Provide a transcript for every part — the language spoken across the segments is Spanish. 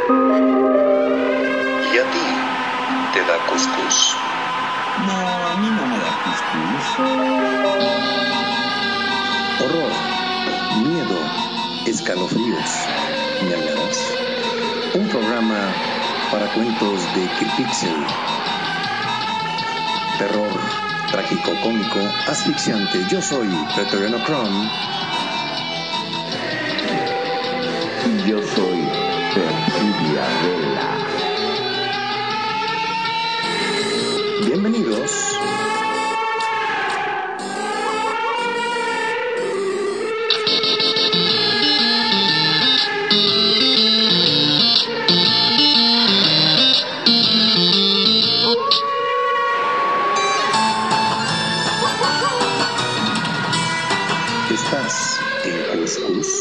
¿Y a ti te da cuscús? No, a mí no me da cuscús. Horror, miedo, escalofríos, ñañaras. Un programa para cuentos de Creepixel. Terror, trágico, cómico, asfixiante. Yo soy Pretoriano Chrome. Y yo soy Perfidia Vela. Bienvenidos. ¿Estás en Cuscús?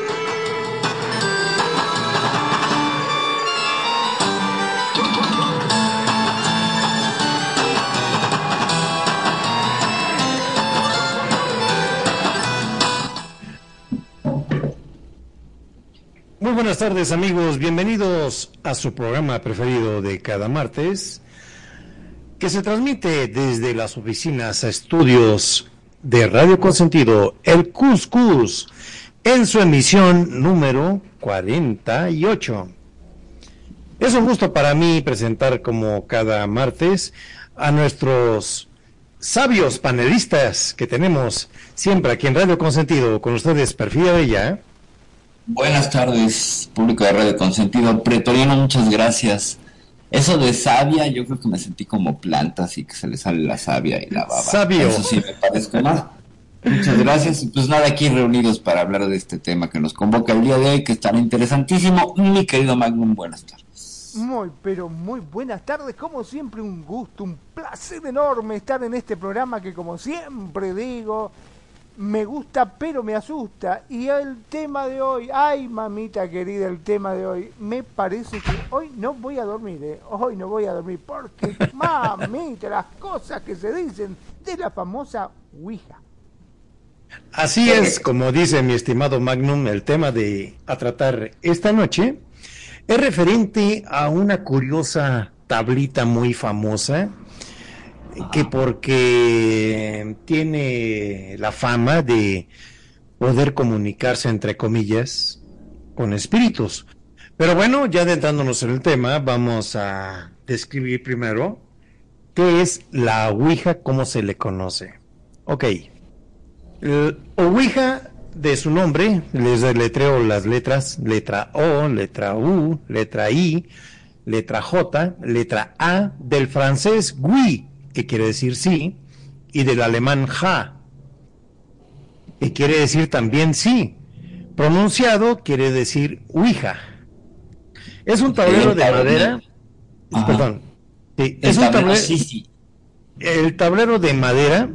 Muy buenas tardes, amigos, bienvenidos a su programa preferido de cada martes, que se transmite desde las oficinas a estudios de Radio Consentido, el Cuscús, en su emisión número 48. Es un gusto para mí presentar como cada martes a nuestros sabios panelistas que tenemos siempre aquí en Radio Consentido. Con ustedes, Perfidia Bella. Buenas tardes, público de Radio Consentido. Pretoriano, muchas gracias. Eso de savia, yo creo que me sentí como planta, así que se le sale la savia y la baba. Sabio. Eso sí me parezco más. Muchas gracias. Y pues nada, aquí reunidos para hablar de este tema que nos convoca el día de hoy, que estará interesantísimo. Mi querido Magnum, buenas tardes. Muy, pero muy buenas tardes. Como siempre, un gusto, un placer enorme estar en este programa que, como siempre digo, me gusta pero me asusta. Y el tema de hoy, ay mamita querida, el tema de hoy, me parece que hoy no voy a dormir, hoy no voy a dormir, porque mamita, las cosas que se dicen de la famosa Ouija. Así es, como dice mi estimado Magnum, el tema a tratar esta noche es referente a una curiosa tablita muy famosa, que porque tiene la fama de poder comunicarse, entre comillas, con espíritus. Pero bueno, ya adentrándonos en el tema, vamos a describir primero qué es la Ouija, cómo se le conoce. Ok, Ouija, de su nombre, les deletreo las letras: letra O, letra U, letra I, letra J, letra A, del francés oui, que quiere decir sí, y del alemán ja, que quiere decir también sí. Pronunciado quiere decir Ouija. Es un tablero de madera. Ajá. Perdón. Sí, El es un tablero, tablero. sí. El tablero de madera,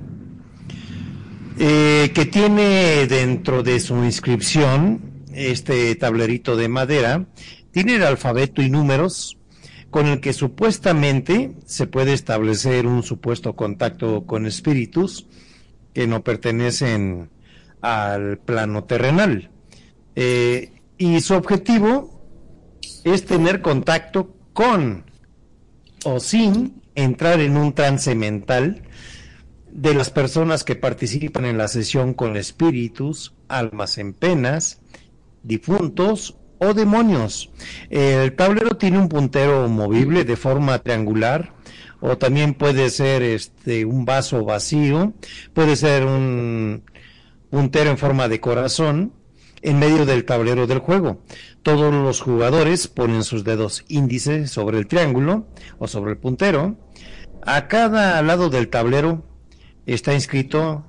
que tiene dentro de su inscripción, este tablerito de madera, tiene el alfabeto y números con el que supuestamente se puede establecer un supuesto contacto con espíritus que no pertenecen al plano terrenal. Y su objetivo es tener contacto con o sin entrar en un trance mental de las personas que participan en la sesión con espíritus, almas en penas, difuntos o demonios. El tablero tiene un puntero movible de forma triangular, o también puede ser un vaso vacío, puede ser un puntero en forma de corazón en medio del tablero del juego. Todos los jugadores ponen sus dedos índices sobre el triángulo o sobre el puntero. A cada lado del tablero está inscrito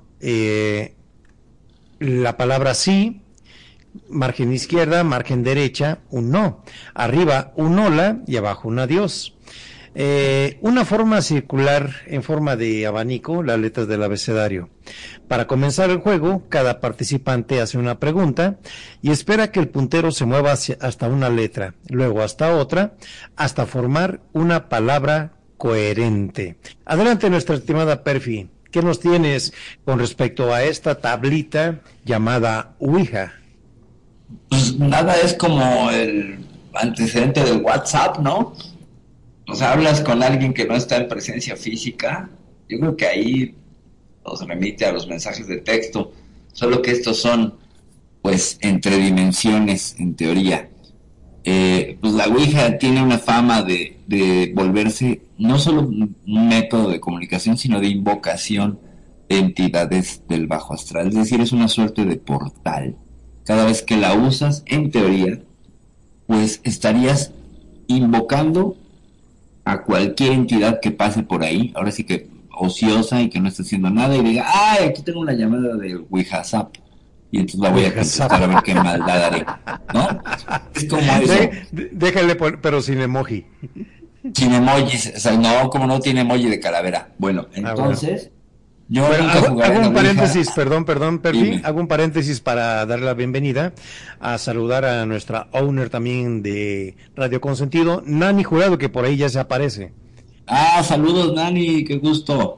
la palabra sí, margen izquierda, margen derecha, un no, arriba un hola y abajo un adiós. Una forma circular en forma de abanico, las letras del abecedario. Para comenzar el juego, cada participante hace una pregunta y espera que el puntero se mueva hasta una letra, luego hasta otra, hasta formar una palabra coherente. Adelante, nuestra estimada Perfi, ¿qué nos tienes con respecto a esta tablita llamada Ouija? Pues nada, es como antecedente del WhatsApp, ¿no? O sea, hablas con alguien que no está en presencia física. Yo creo que ahí nos remite a los mensajes de texto, solo que estos son, pues, entre dimensiones, en teoría. Pues la Ouija tiene una fama de volverse no solo un método de comunicación, sino de invocación de entidades del bajo astral. Es decir, es una suerte de portal. Cada vez que la usas, en teoría, pues estarías invocando a cualquier entidad que pase por ahí, ahora sí que ociosa y que no está haciendo nada, y diga, ¡ay, aquí tengo una llamada de WhatsApp! Y entonces la voy a contestar a ver qué maldad haré, ¿no? Es como eso. Déjale, pero sin emoji. Sin emojis, o sea, no, como no tiene emoji de calavera. Bueno, entonces, yo nunca jugaré hago un paréntesis, Ouija. perdón, Perfi, Dime. hago un paréntesis para darle la bienvenida, a saludar a nuestra owner también de Radio Consentido, Nani Jurado, que por ahí ya se aparece. Saludos, Nani, qué gusto.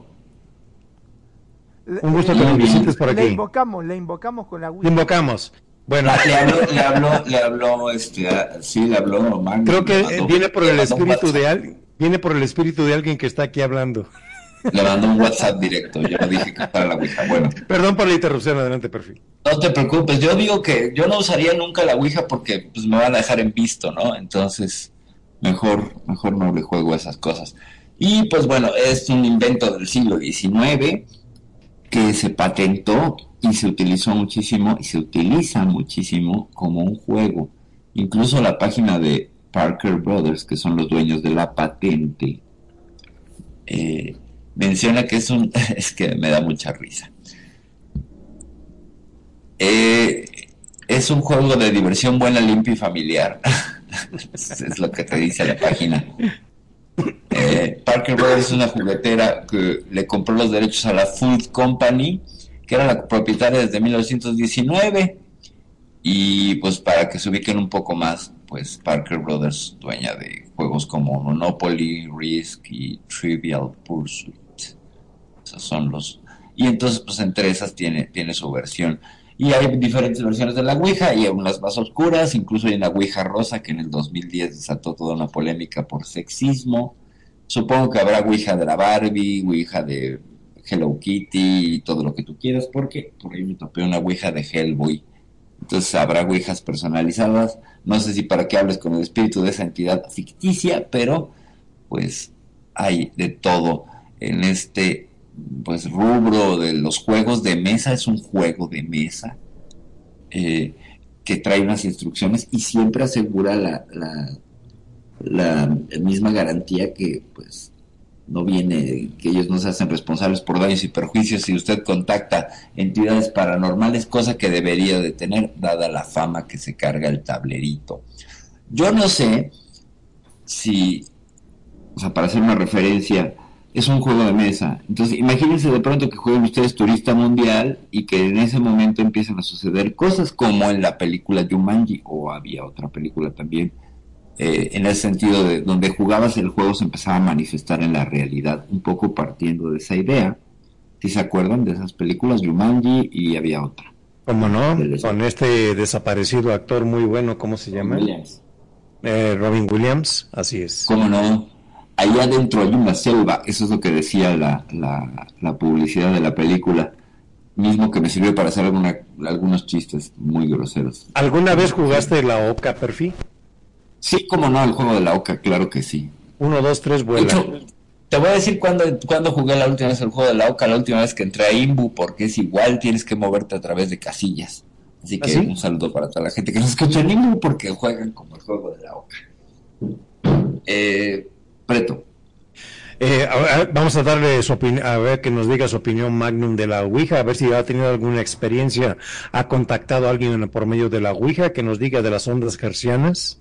Un gusto que nos visites por aquí. Le invocamos con la Ouija. Invocamos. Bueno, Le habló, sí, le habló Magno. creo que viene por el le mandó un espíritu de WhatsApp. viene por el espíritu de alguien que está aquí hablando. Le mandó un WhatsApp directo, yo no dije que para la Ouija. Bueno, Perdón por la interrupción, adelante, Perfi. no te preocupes, yo digo que yo no usaría nunca la Ouija porque pues me van a dejar en visto, ¿no? Entonces, mejor no le juego a esas cosas. Y pues bueno, es un invento del siglo XIX que se patentó y se utilizó muchísimo y se utiliza muchísimo como un juego. Incluso la página de Parker Brothers, que son los dueños de la patente, menciona que es que me da mucha risa. Es un juego de diversión buena, limpia y familiar. Es lo que te dice la página. Parker Brothers es una juguetera que le compró los derechos a la Food Company, que era la propietaria desde 1919, y pues para que se ubiquen un poco más, pues Parker Brothers, dueña de juegos como Monopoly, Risk y Trivial Pursuit. Esos son los... Y entonces pues entre esas tiene su versión. Y hay diferentes versiones de la Ouija, y unas más oscuras, incluso hay una Ouija rosa que en el 2010 desató toda una polémica por sexismo. Supongo que habrá Ouija de la Barbie, Ouija de Hello Kitty y todo lo que tú quieras, porque por ahí me topé una Ouija de Hellboy. Entonces habrá Ouijas personalizadas. No sé si para que hables con el espíritu de esa entidad ficticia, pero pues hay de todo en este pues rubro de los juegos de mesa. Es un juego de mesa que trae unas instrucciones y siempre asegura la misma garantía, que pues no viene, que ellos no se hacen responsables por daños y perjuicios si usted contacta entidades paranormales, cosa que debería de tener dada la fama que se carga el tablerito. Yo no sé si, o sea, para hacer una referencia, es un juego de mesa. Entonces, imagínense de pronto que jueguen ustedes Turista Mundial y que en ese momento empiezan a suceder cosas como en la película Jumanji, o había otra película también, en el sentido de donde jugabas el juego se empezaba a manifestar en la realidad, un poco partiendo de esa idea. ¿Sí se acuerdan de esas películas? Jumanji, y había otra. ¿Cómo no? Con este desaparecido actor muy bueno, ¿cómo se llama? Williams. Robin Williams, así es. ¿Cómo no? Allá adentro hay una selva, eso es lo que decía la publicidad de la película, mismo que me sirvió para hacer algunos chistes muy groseros. ¿Alguna vez jugaste la Oca, Perfi? Sí, cómo no, el juego de la Oca, claro que sí. 1, 2, 3, vuela. De hecho, te voy a decir cuándo jugué la última vez el juego de la Oca, la última vez que entré a Imbu, porque es igual, tienes que moverte a través de casillas. Así que un saludo para toda la gente que nos escucha en Imbu, porque juegan como el juego de la Oca. Preto. Vamos a darle su opinión, a ver que nos diga su opinión Magnum de la Ouija, a ver si ha tenido alguna experiencia, ha contactado a alguien por medio de la Ouija, que nos diga de las ondas hercianas.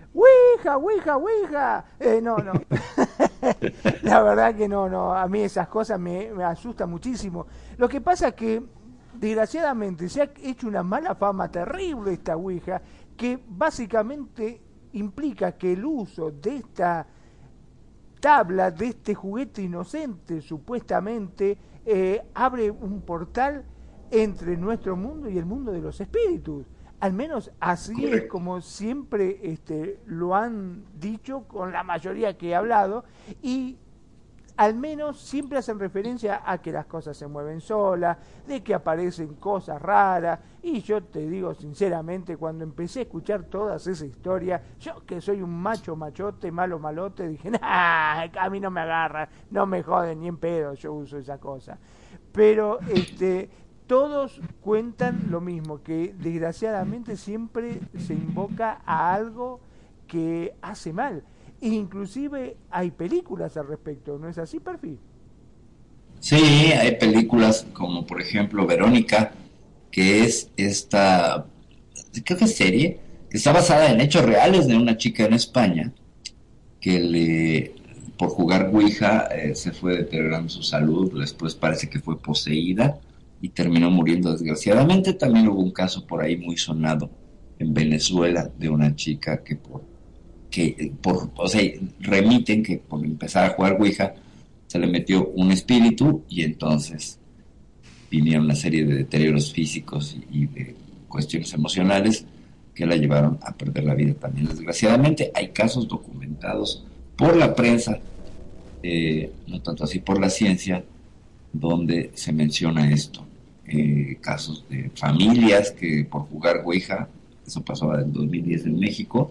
Ouija. No. La verdad que no. A mí esas cosas me asustan muchísimo. Lo que pasa es que, desgraciadamente, se ha hecho una mala fama terrible esta Ouija, que básicamente implica que el uso de esta tabla, de este juguete inocente, supuestamente, abre un portal entre nuestro mundo y el mundo de los espíritus. Al menos así es como siempre lo han dicho con la mayoría que he hablado, y al menos siempre hacen referencia a que las cosas se mueven solas, de que aparecen cosas raras, y yo te digo sinceramente, cuando empecé a escuchar todas esas historias, yo que soy un machote, malo malote, dije, nah, a mí no me agarra, no me joden ni en pedo, yo uso esa cosa. Pero todos cuentan lo mismo, que desgraciadamente siempre se invoca a algo que hace mal. Inclusive hay películas al respecto, ¿no es así, Perfil? Sí, hay películas como por ejemplo Verónica, que es esta, creo que es serie, que está basada en hechos reales de una chica en España que por jugar Ouija se fue deteriorando su salud, después parece que fue poseída y terminó muriendo desgraciadamente. También hubo un caso por ahí muy sonado en Venezuela de una chica o sea, remiten que por empezar a jugar Ouija se le metió un espíritu y entonces vinieron una serie de deterioros físicos y de cuestiones emocionales que la llevaron a perder la vida también. Desgraciadamente hay casos documentados por la prensa, no tanto así por la ciencia, donde se menciona esto. Casos de familias que por jugar Ouija, eso pasó en 2010 en México,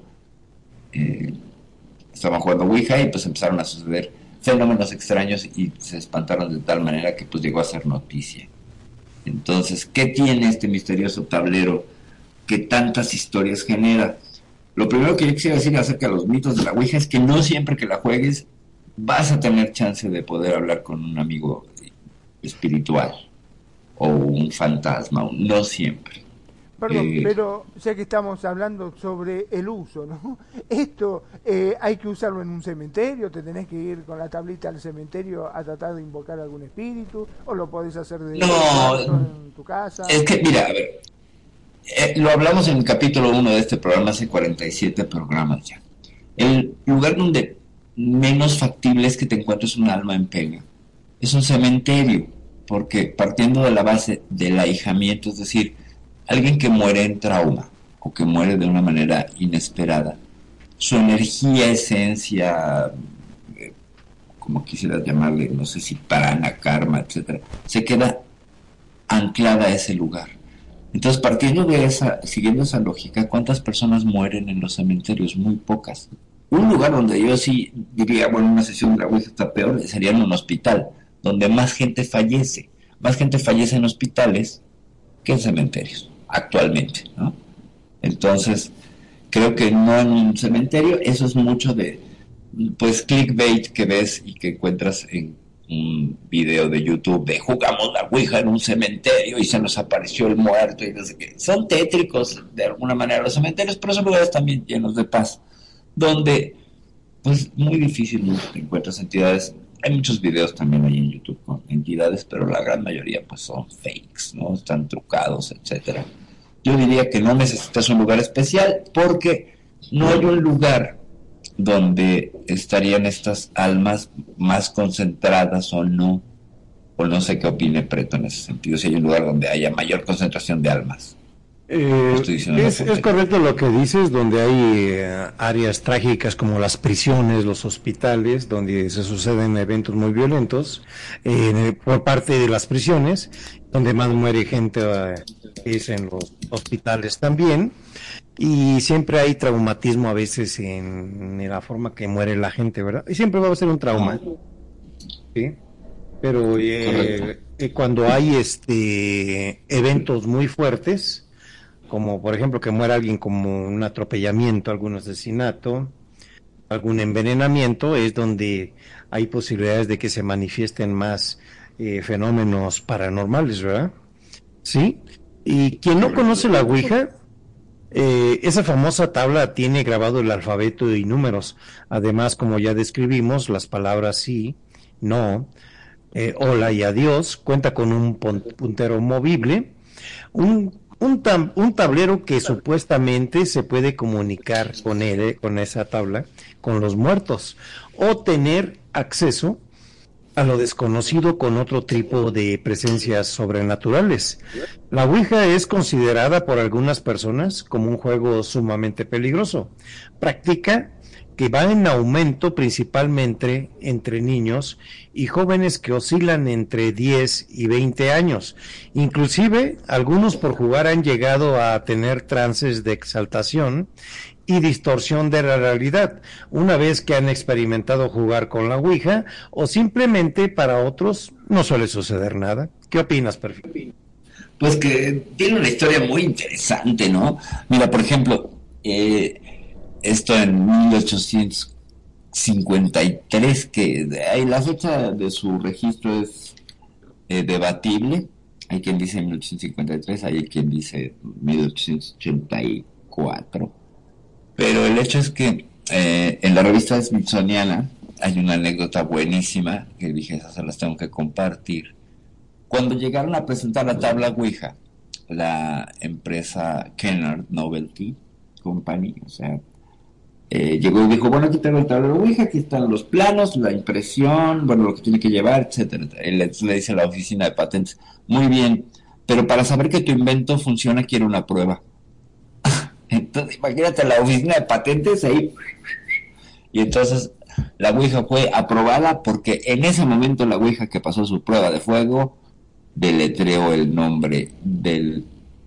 estaban jugando Ouija y pues empezaron a suceder fenómenos extraños y se espantaron de tal manera que pues llegó a ser noticia. Entonces, ¿qué tiene este misterioso tablero que tantas historias genera? Lo primero que yo quisiera decir acerca de los mitos de la Ouija es que no siempre que la juegues vas a tener chance de poder hablar con un amigo espiritual o un fantasma, no siempre. Perdón, pero ya que estamos hablando sobre el uso, ¿no? Esto hay que usarlo en un cementerio, te tenés que ir con la tablita al cementerio a tratar de invocar algún espíritu, o lo podés hacer en tu casa. Es que, mira, a ver, lo hablamos en el capítulo 1 de este programa, hace 47 programas ya. El lugar donde menos factible es que te encuentres un alma en pena es un cementerio, porque partiendo de la base del ahijamiento, es decir, alguien que muere en trauma o que muere de una manera inesperada, su energía, esencia, como quisieras llamarle, no sé si prana, karma, etcétera, se queda anclada a ese lugar. Entonces, siguiendo esa lógica, ¿cuántas personas mueren en los cementerios? Muy pocas. Un lugar donde yo sí diría, bueno, una sesión de la Ouija está peor, sería en un hospital, donde más gente fallece. Más gente fallece en hospitales que en cementerios, actualmente, ¿no? Entonces, creo que no en un cementerio. Eso es mucho de, pues, clickbait que ves y que encuentras en un video de YouTube de jugamos la Ouija en un cementerio y se nos apareció el muerto y no sé qué. Son tétricos de alguna manera los cementerios, pero son lugares también llenos de paz, donde pues muy difícil te encuentras entidades. Hay muchos videos también ahí en YouTube con entidades, pero la gran mayoría pues son fakes, ¿no? Están trucados, etcétera. Yo diría que no necesitas un lugar especial, porque no hay un lugar donde estarían estas almas más concentradas o no sé qué opine Preto en ese sentido, si hay un lugar donde haya mayor concentración de almas. Es correcto lo que dices, donde hay áreas trágicas como las prisiones, los hospitales, donde se suceden eventos muy violentos por parte de las prisiones, donde más muere gente es en los hospitales también, y siempre hay traumatismo a veces en la forma que muere la gente, ¿verdad? Y siempre va a ser un trauma, ¿sí? Pero cuando hay eventos muy fuertes, como por ejemplo que muera alguien como un atropellamiento, algún asesinato, algún envenenamiento, es donde hay posibilidades de que se manifiesten más fenómenos paranormales, ¿verdad? Sí. Y quien no conoce la Ouija, esa famosa tabla tiene grabado el alfabeto y números. Además, como ya describimos, las palabras sí, no, hola y adiós. Cuenta con un puntero movible, un tablero que supuestamente se puede comunicar con él, con esa tabla, con los muertos, o tener acceso a lo desconocido con otro tipo de presencias sobrenaturales. La Ouija es considerada por algunas personas como un juego sumamente peligroso, práctica que va en aumento principalmente entre niños y jóvenes que oscilan entre 10 y 20 años. Inclusive, algunos por jugar han llegado a tener trances de exaltación y distorsión de la realidad, una vez que han experimentado jugar con la Ouija, o simplemente para otros no suele suceder nada. ¿Qué opinas, Perfil? Pues que tiene una historia muy interesante, ¿no? Mira, por ejemplo, esto en 1853, que ahí la fecha de su registro es debatible. Hay quien dice 1853, hay quien dice 1884. Pero el hecho es que en la revista Smithsoniana hay una anécdota buenísima que dije, esas se las tengo que compartir. Cuando llegaron a presentar la tabla Ouija, la empresa Kennard Novelty Company, o sea, llegó y dijo, bueno, aquí tengo el tablero Ouija, aquí están los planos, la impresión, bueno, lo que tiene que llevar, etcétera. Le dice a la oficina de patentes, muy bien, pero para saber que tu invento funciona quiero una prueba. Entonces, imagínate la oficina de patentes ahí. Y entonces la Ouija fue aprobada porque en ese momento la Ouija que pasó su prueba de fuego deletreó el nombre del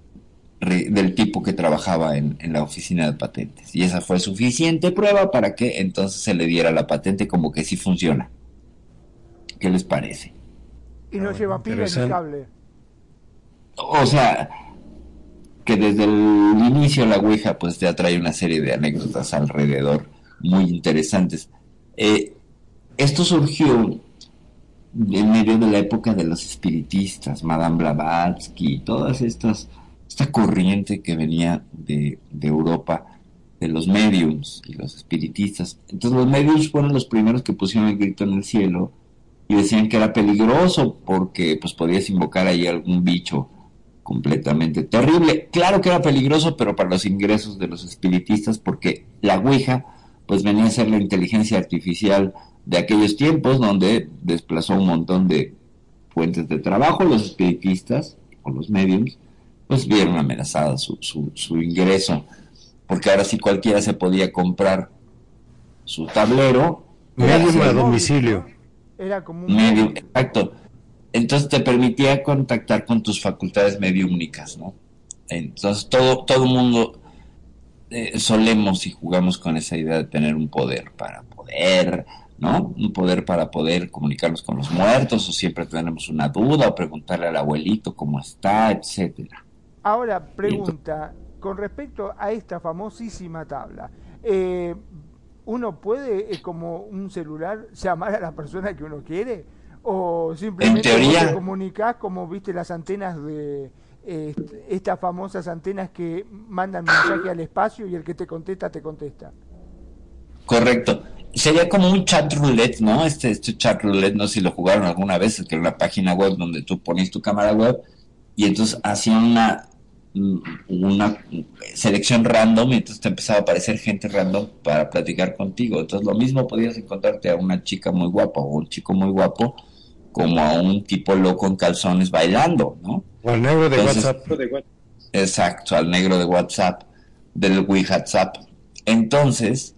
tipo que trabajaba en la oficina de patentes. Y esa fue suficiente prueba para que entonces se le diera la patente como que sí funciona. ¿Qué les parece? Y no lleva pila ni cable. O sea, que desde el inicio la Ouija pues ya trae una serie de anécdotas alrededor muy interesantes. Esto surgió en medio de la época de los espiritistas, Madame Blavatsky, todas esta corriente que venía de Europa, de los mediums y los espiritistas. Entonces los mediums fueron los primeros que pusieron el grito en el cielo y decían que era peligroso porque pues podías invocar ahí algún bicho completamente terrible. Claro que era peligroso, pero para los ingresos de los espiritistas, porque la Ouija pues venía a ser la inteligencia artificial de aquellos tiempos, donde desplazó un montón de fuentes de trabajo. Los espiritistas o los mediums pues vieron amenazada su ingreso, porque ahora sí cualquiera se podía comprar su tablero. Medium a domicilio. Era como un medium, exacto. Entonces te permitía contactar con tus facultades mediúmnicas, ¿no? Entonces todo mundo solemos y jugamos con esa idea de tener un poder para poder, ¿no? Un poder para poder comunicarnos con los muertos, o siempre tenemos una duda, o preguntarle al abuelito cómo está, etcétera. Ahora, pregunta, con respecto a esta famosísima tabla, ¿uno puede, como un celular, llamar a la persona que uno quiere? ¿O simplemente en teoría, te comunicás como viste las antenas de estas famosas antenas que mandan mensaje al espacio y el que te contesta, te contesta? Correcto. Sería como un chat roulette, ¿no? Este chat roulette, no sé si lo jugaron alguna vez, que era una página web donde tú ponías tu cámara web y entonces hacían una selección random y entonces te empezaba a aparecer gente random para platicar contigo. Entonces lo mismo podías encontrarte a una chica muy guapa o un chico muy guapo como a un tipo loco en calzones bailando, ¿no? O al negro de WhatsApp. Exacto, al negro de WhatsApp, del WeWhatsApp. Entonces,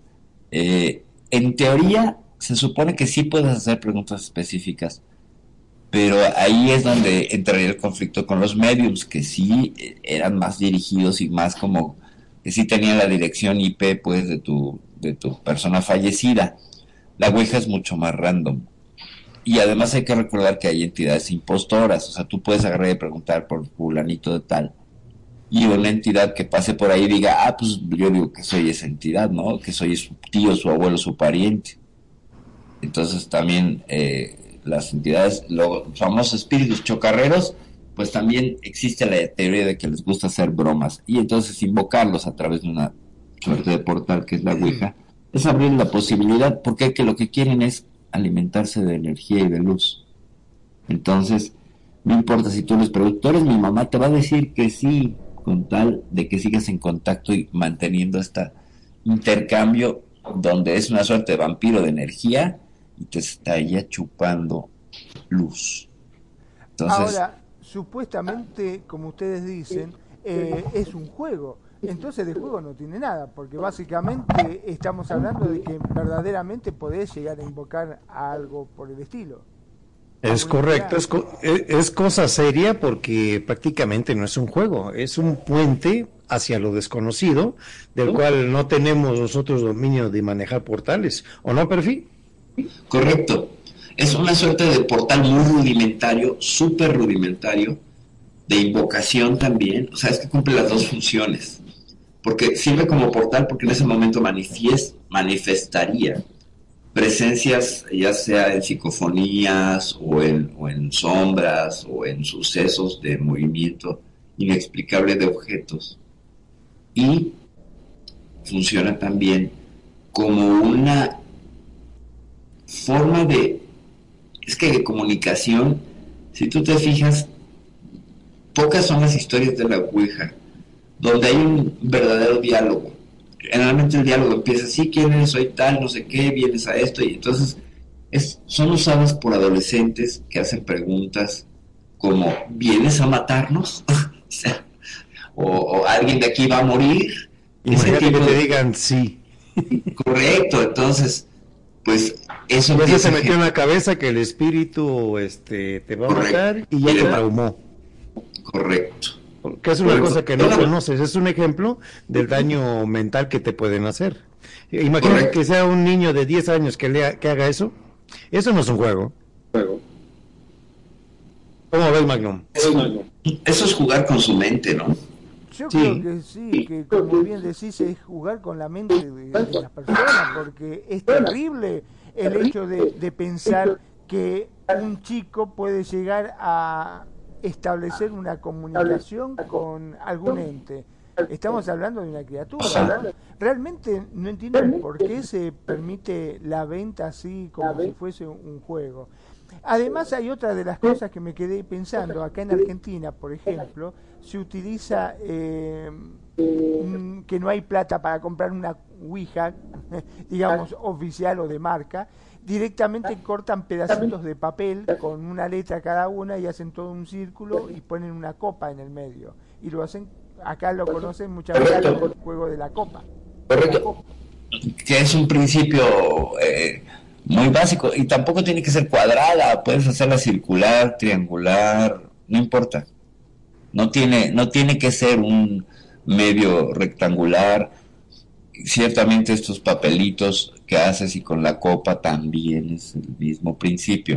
en teoría se supone que sí puedes hacer preguntas específicas, pero ahí es donde entraría el conflicto con los mediums, que sí eran más dirigidos y más como que sí tenían la dirección IP pues de tu persona fallecida. La Ouija es mucho más random. Y además hay que recordar que hay entidades impostoras, o sea, tú puedes agarrar y preguntar por fulanito de tal, y una entidad que pase por ahí diga, pues yo digo que soy esa entidad, ¿no? Que soy su tío, su abuelo, su pariente. Entonces también las entidades, los famosos espíritus chocarreros, pues también existe la teoría de que les gusta hacer bromas, y entonces invocarlos a través de una suerte de portal que es la Ouija, es abrir la posibilidad, porque lo que quieren es alimentarse de energía y de luz. Entonces, no importa si tú eres productor, mi mamá te va a decir que sí, con tal de que sigas en contacto y manteniendo este intercambio donde es una suerte de vampiro de energía y te está ya chupando luz. Entonces, Ahora, supuestamente, como ustedes dicen, es un juego. Entonces de juego no tiene nada, porque básicamente estamos hablando de que verdaderamente podés llegar a invocar a algo por el estilo. Es correcto, es cosa seria porque prácticamente no es un juego, es un puente hacia lo desconocido, del cual no tenemos nosotros dominio de manejar portales, ¿o no, Perfil? correcto. Es una suerte de portal muy rudimentario, súper rudimentario, de invocación también, o sea, es que cumple las dos funciones, porque sirve como portal porque en ese momento manifestaría presencias, ya sea en psicofonías o en sombras o en sucesos de movimiento inexplicable de objetos, y funciona también como una forma de comunicación. Si tú te fijas, pocas son las historias de la Ouija donde hay un verdadero diálogo. Generalmente el diálogo empieza así: ¿quién eres? Soy tal, no sé qué, vienes a esto, y entonces son usadas por adolescentes que hacen preguntas como: ¿vienes a matarnos? o alguien de aquí va a morir. Imagínate que te digan sí. Correcto, entonces, pues eso ya se metió en la cabeza que el espíritu te va a matar y ya te traumó. Correcto. Que es una cosa que no conoces, es un ejemplo del daño mental que te pueden hacer. Imagínate que sea un niño de 10 años que haga eso. Eso no es un juego. ¿Cómo ves, Magnum? Eso es jugar con su mente, ¿no? Yo creo que sí, que como bien decís, es jugar con la mente de las personas, porque es terrible el hecho de pensar que un chico puede llegar a establecer una comunicación con algún ente. Estamos hablando de una criatura. Realmente no entiendo por qué se permite la venta así como si fuese un juego. Además hay otra de las cosas que me quedé pensando. Acá en Argentina, por ejemplo, se utiliza que no hay plata para comprar una Ouija, digamos, oficial o de marca. Directamente cortan pedacitos de papel con una letra cada una y hacen todo un círculo y ponen una copa en el medio. Y lo hacen, acá lo conocen muchas veces como el juego de la copa. Correcto. Que es un principio muy básico, y tampoco tiene que ser cuadrada, puedes hacerla circular, triangular, no importa. No tiene que ser un medio rectangular. Ciertamente estos papelitos que haces y con la copa también es el mismo principio.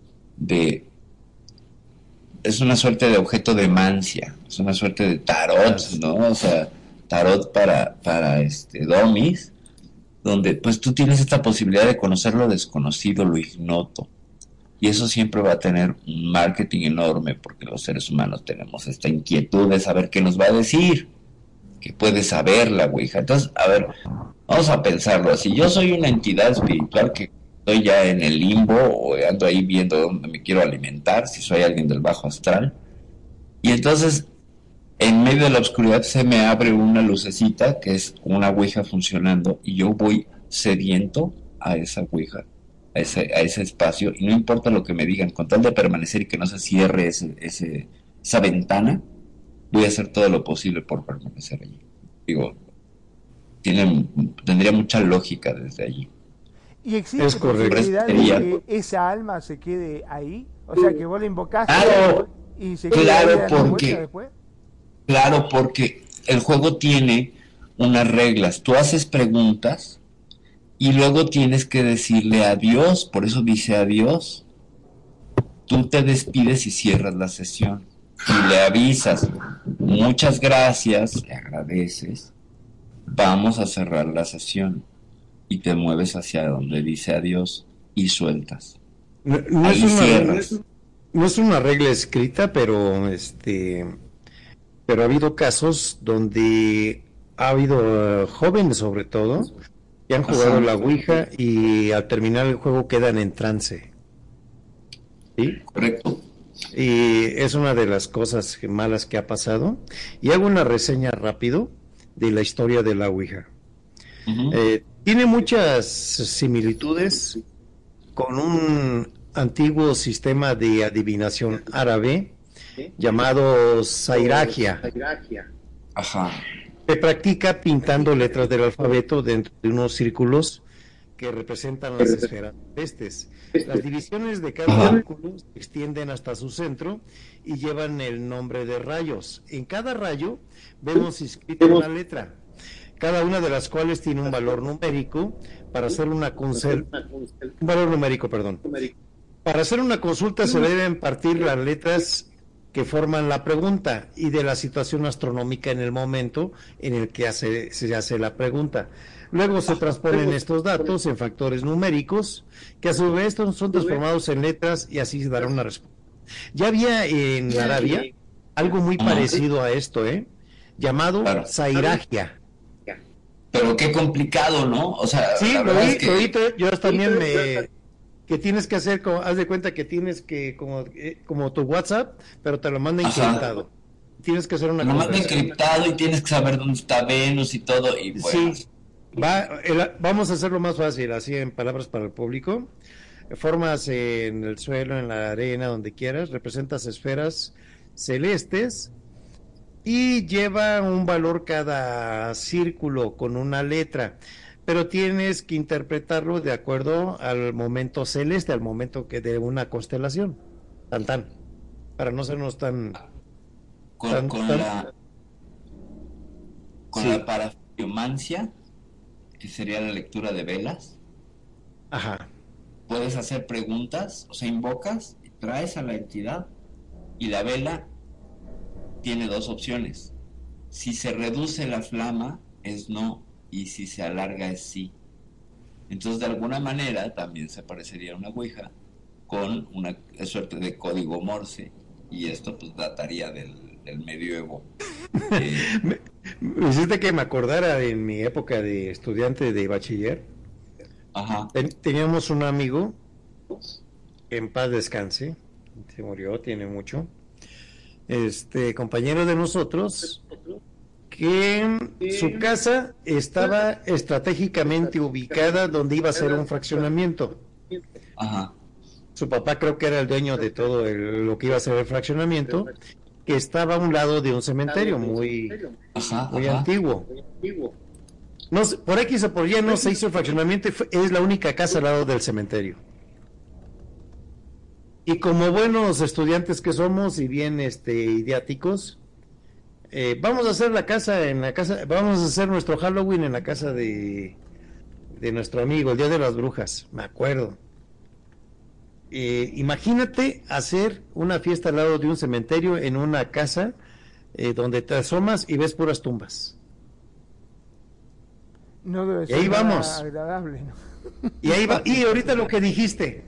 Es una suerte de objeto de mancia, es una suerte de tarot, ¿no? O sea, tarot para domis, donde pues tú tienes esta posibilidad de conocer lo desconocido, lo ignoto. Y eso siempre va a tener un marketing enorme, porque los seres humanos tenemos esta inquietud de saber qué nos va a decir, qué puede saber la Ouija. Entonces, a ver, vamos a pensarlo así. Yo soy una entidad espiritual que estoy ya en el limbo, o ando ahí viendo dónde me quiero alimentar, si soy alguien del bajo astral. Y entonces, en medio de la oscuridad se me abre una lucecita, que es una Ouija funcionando, y yo voy sediento a esa Ouija, a ese espacio, y no importa lo que me digan, con tal de permanecer y que no se cierre esa ventana, voy a hacer todo lo posible por permanecer allí. Digo, tendría mucha lógica desde allí. ¿Y existe posibilidad de que esa alma se quede ahí? O sea, que vos la invocaste y se quede ahí después. Claro, porque el juego tiene unas reglas. Tú haces preguntas y luego tienes que decirle adiós, por eso dice adiós. Tú te despides y cierras la sesión. Y le avisas: muchas gracias, le agradeces, vamos a cerrar la sesión, y te mueves hacia donde dice adiós y sueltas. Ahí cierras. No es una regla escrita, pero ha habido casos donde ha habido jóvenes, sobre todo, que han jugado la Ouija y al terminar el juego quedan en trance. ¿Sí? Correcto. Y es una de las cosas malas que ha pasado. Y hago una reseña rápido de la historia de la Ouija. Tiene muchas similitudes con un antiguo sistema de adivinación árabe llamado Zairagia. Ajá. Se practica pintando letras del alfabeto dentro de unos círculos que representan las esferas celestes. Las divisiones de cada círculo se extienden hasta su centro y llevan el nombre de rayos. En cada rayo vemos inscrita una letra, cada una de las cuales tiene un valor numérico. Para hacer una consulta, un valor numérico, perdón. Para hacer una consulta se deben partir las letras que forman la pregunta y de la situación astronómica en el momento en el que se hace la pregunta. Luego se transponen estos datos en factores numéricos, que a su vez son transformados en letras y así se dará una respuesta. Ya había en Arabia algo muy parecido a esto, llamado Zairagia. Pero qué complicado, ¿no? O sea, sí, lo vi, yo también que tienes que hacer, haz de cuenta que tienes que, como tu WhatsApp, pero te lo manda encriptado. Tienes que hacer una lo manda encriptado y tienes que saber dónde está Venus y todo, y bueno. Sí, vamos a hacerlo más fácil, así en palabras para el público. Formas en el suelo, en la arena, donde quieras, representas esferas celestes y lleva un valor cada círculo con una letra, pero tienes que interpretarlo de acuerdo al momento celeste, al momento que de una constelación, para no sernos tan... Con la parafiomancia, que sería la lectura de velas. Ajá. Puedes hacer preguntas, o sea, invocas, traes a la entidad y la vela tiene dos opciones. Si se reduce la flama es no, y si se alarga es sí. Entonces, de alguna manera también se parecería a una ouija con una suerte de código Morse, y esto pues dataría del medioevo. Me hiciste que me acordara en mi época de estudiante de bachiller. Ajá. Teníamos un amigo, en paz descanse, se murió, tiene mucho, compañero de nosotros, que su casa estaba estratégicamente ubicada donde iba a ser un fraccionamiento. Ajá. Su papá creo que era el dueño de todo lo que iba a ser el fraccionamiento, que estaba a un lado de un cementerio muy antiguo. No, por X o por Y no se hizo el fraccionamiento, es la única casa al lado del cementerio. Y como buenos estudiantes que somos y bien idiáticos, vamos a hacer vamos a hacer nuestro Halloween en la casa de nuestro amigo, el Día de las Brujas, me acuerdo. Imagínate hacer una fiesta al lado de un cementerio en una casa donde te asomas y ves puras tumbas. No debe ser nada agradable, ¿no? Y ahí va, y ahorita lo que dijiste,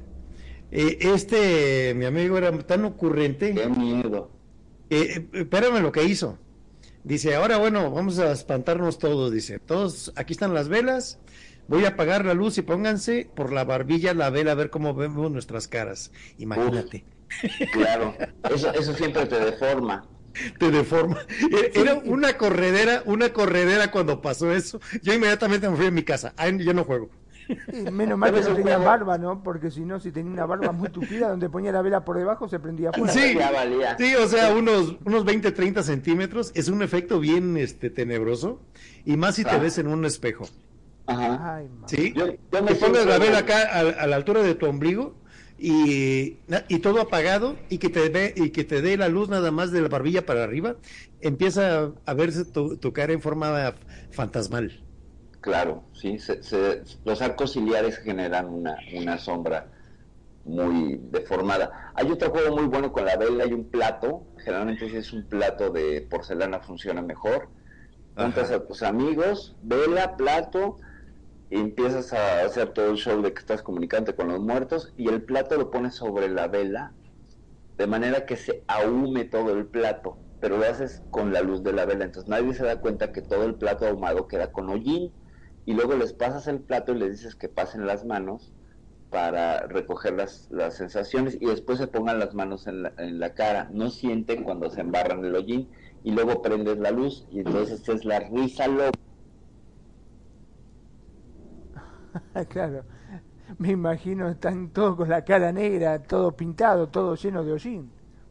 mi amigo era tan ocurrente. Qué miedo. Espérame lo que hizo. Dice, ahora bueno, vamos a espantarnos todos, dice, todos, aquí están las velas, voy a apagar la luz y pónganse por la barbilla la vela a ver cómo vemos nuestras caras. Imagínate. Claro, eso siempre te deforma. Te deforma. Era una corredera cuando pasó eso. Yo inmediatamente me fui a mi casa. Yo no juego. Y menos mal que no tenía barba, ¿no? Porque si no, si tenía una barba muy tupida, donde ponía la vela por debajo, se prendía fuera. Sí, o sea, unos 20, 30 centímetros. Es un efecto bien tenebroso. Y más si te ves en un espejo. Ajá. Ay, ¿Sí? Te pongas la vela acá a la altura de tu ombligo y todo apagado y que te dé la luz nada más de la barbilla para arriba, empieza a verse tu cara en forma fantasmal. Claro, sí, los arcos ciliares generan una sombra muy deformada. Hay otro juego muy bueno con la vela y un plato. Generalmente si es un plato de porcelana funciona mejor. Juntas a tus amigos, vela, plato, y empiezas a hacer todo el show de que estás comunicante con los muertos, y el plato lo pones sobre la vela de manera que se ahume todo el plato, pero lo haces con la luz de la vela, entonces nadie se da cuenta que todo el plato ahumado queda con hollín, y luego les pasas el plato y les dices que pasen las manos para recoger las sensaciones, y después se pongan las manos en la cara, no sienten cuando se embarran el hollín, y luego prendes la luz, y entonces es la risa loca. Claro. Me imagino están todos con la cara negra, todo pintado, todo lleno de hollín.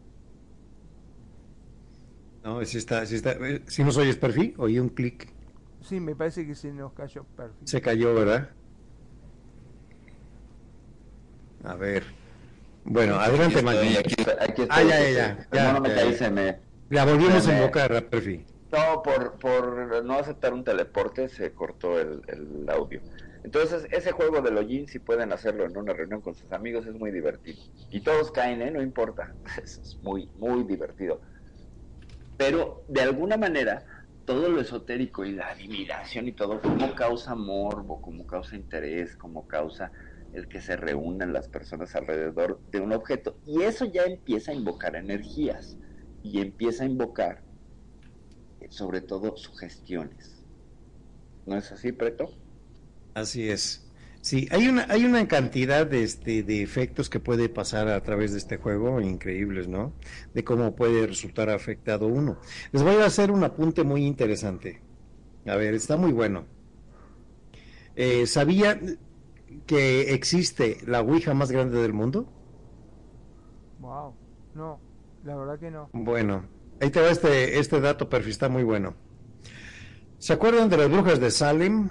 No, si nos oyes, Perfi, oí un clic. Sí, me parece que se nos cayó perfecto. Se cayó, ¿verdad? A ver. Bueno, adelante, Magni. Aquí estoy. Ya. No me caí, se me... La volvimos se a me- invocar, a Perfi. No, por no aceptar un teleporte se cortó el audio. Entonces, ese juego del hollín, si pueden hacerlo en una reunión con sus amigos, es muy divertido. Y todos caen, ¿eh? No importa. Es muy, muy divertido. Pero, de alguna manera, todo lo esotérico y la admiración y todo, como causa morbo, como causa interés, como causa el que se reúnan las personas alrededor de un objeto. Y eso ya empieza a invocar energías. Y empieza a invocar sobre todo sugestiones. ¿No es así, Preto? Así es. Sí, hay una cantidad de efectos que puede pasar a través de este juego, increíbles, ¿no? De cómo puede resultar afectado uno. Les voy a hacer un apunte muy interesante. A ver, está muy bueno. ¿Sabía que existe la Ouija más grande del mundo? Wow, no, la verdad que no. Bueno, ahí te va este dato, Perfi, está muy bueno. ¿Se acuerdan de las brujas de Salem?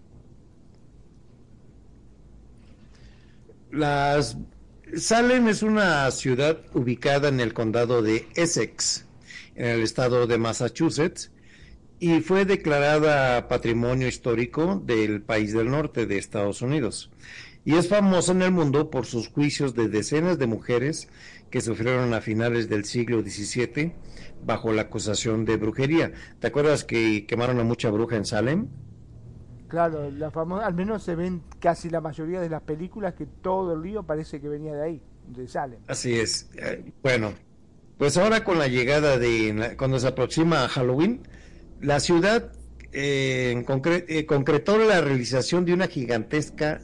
Salem es una ciudad ubicada en el condado de Essex, en el estado de Massachusetts, y fue declarada Patrimonio Histórico del país del norte de Estados Unidos. Y es famosa en el mundo por sus juicios de decenas de mujeres que sufrieron a finales del siglo XVII bajo la acusación de brujería. ¿Te acuerdas que quemaron a mucha bruja en Salem? Claro, al menos se ven casi la mayoría de las películas que todo el lío parece que venía de ahí, de Salem. Así es. Bueno, pues ahora con la llegada cuando se aproxima Halloween, la ciudad concretó la realización de una gigantesca,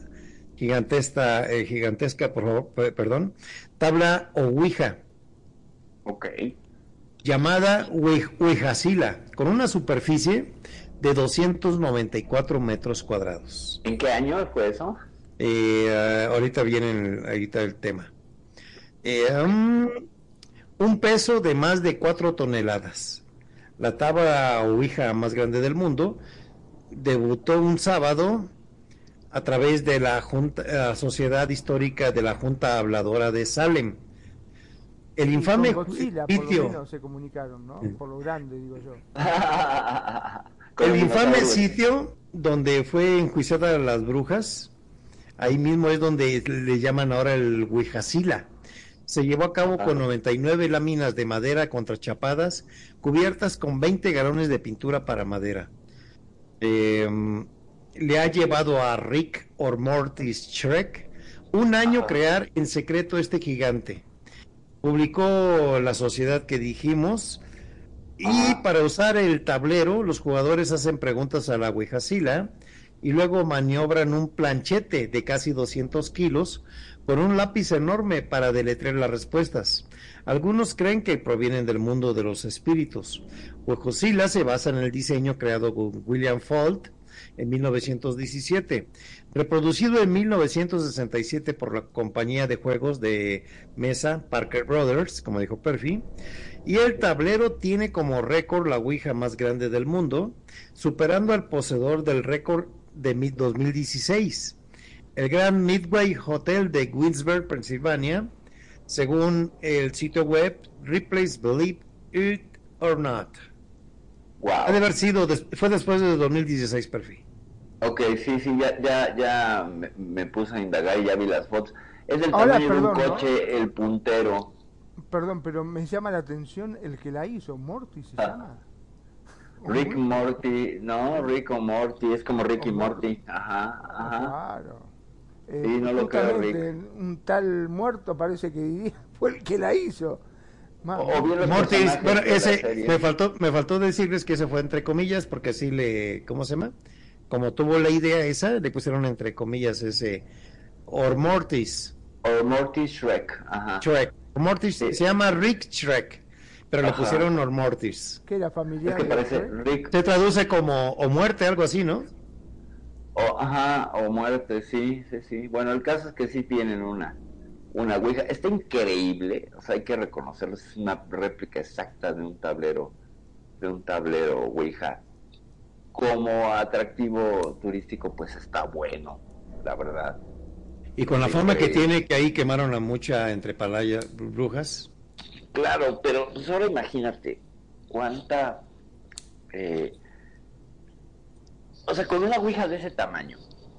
por favor, perdón, tabla o ouija, Ok. llamada Ouijasila, con una superficie de 294 metros cuadrados. ¿En qué año fue eso? Ahorita viene el tema. Un peso de más de 4 toneladas. La tabla ouija más grande del mundo debutó un sábado a través de la Sociedad Histórica de la Junta Habladora de Salem. El infame con Godzilla, por lo sitio, menos se comunicaron, ¿no? Por lo grande, digo yo. el infame sitio donde fue enjuiciada a las brujas, ahí mismo es donde le llaman ahora el Ouijasila. Se llevó a cabo con 99 láminas de madera contrachapadas, cubiertas con 20 galones de pintura para madera. Le ha llevado a Rick or Mortis Shrek un año crear en secreto este gigante. Publicó la sociedad que dijimos, y para usar el tablero, los jugadores hacen preguntas a la Ouijasila y luego maniobran un planchete de casi 200 kilos con un lápiz enorme para deletrear las respuestas. Algunos creen que provienen del mundo de los espíritus. Ouijasila se basa en el diseño creado por William Fault en 1917, reproducido en 1967 por la compañía de juegos de mesa Parker Brothers, como dijo Perfi, y el tablero tiene como récord la ouija más grande del mundo, superando al poseedor del récord de 2016, el Gran Midway Hotel de Winsburg, Pensilvania, según el sitio web Replays Believe It or Not. Wow. Ha de haber sido, fue después de 2016, Perfi. Ok, sí, ya me puse a indagar y ya vi las fotos. Es del Ahora, tamaño de un perdón, coche, ¿no? el puntero. Perdón, pero me llama la atención el que la hizo, Morty se llama. Rick Morty, no, Rick o Morty, es como Rick y Morty. Ajá. Claro. Sí, no lo creo, justamente un tal muerto parece que diría fue el que la hizo. O bien los Mortis, personajes bueno, de la ese serie. me faltó decirles que ese fue entre comillas, porque así ¿cómo se llama? Como tuvo la idea esa, le pusieron entre comillas ese Or Mortis. O Morty Shrek, ajá. Shrek. Mortis Sí. se llama Rick Shrek, pero le Ajá. pusieron Or Mortis. Que era Es familiar que de parece Shrek. Rick. Se traduce como o muerte, algo así, ¿no? O muerte, sí, sí, sí. Bueno, el caso es que sí tienen una ouija. Está increíble, o sea, hay que reconocerlo, es una réplica exacta de un tablero ouija. Como atractivo turístico, pues está bueno, la verdad. Y con la Está fama que increíble. tiene, que ahí quemaron a mucha entre palayas brujas. Claro, pero pues ahora imagínate cuánta, eh, o sea, con una ouija de ese tamaño,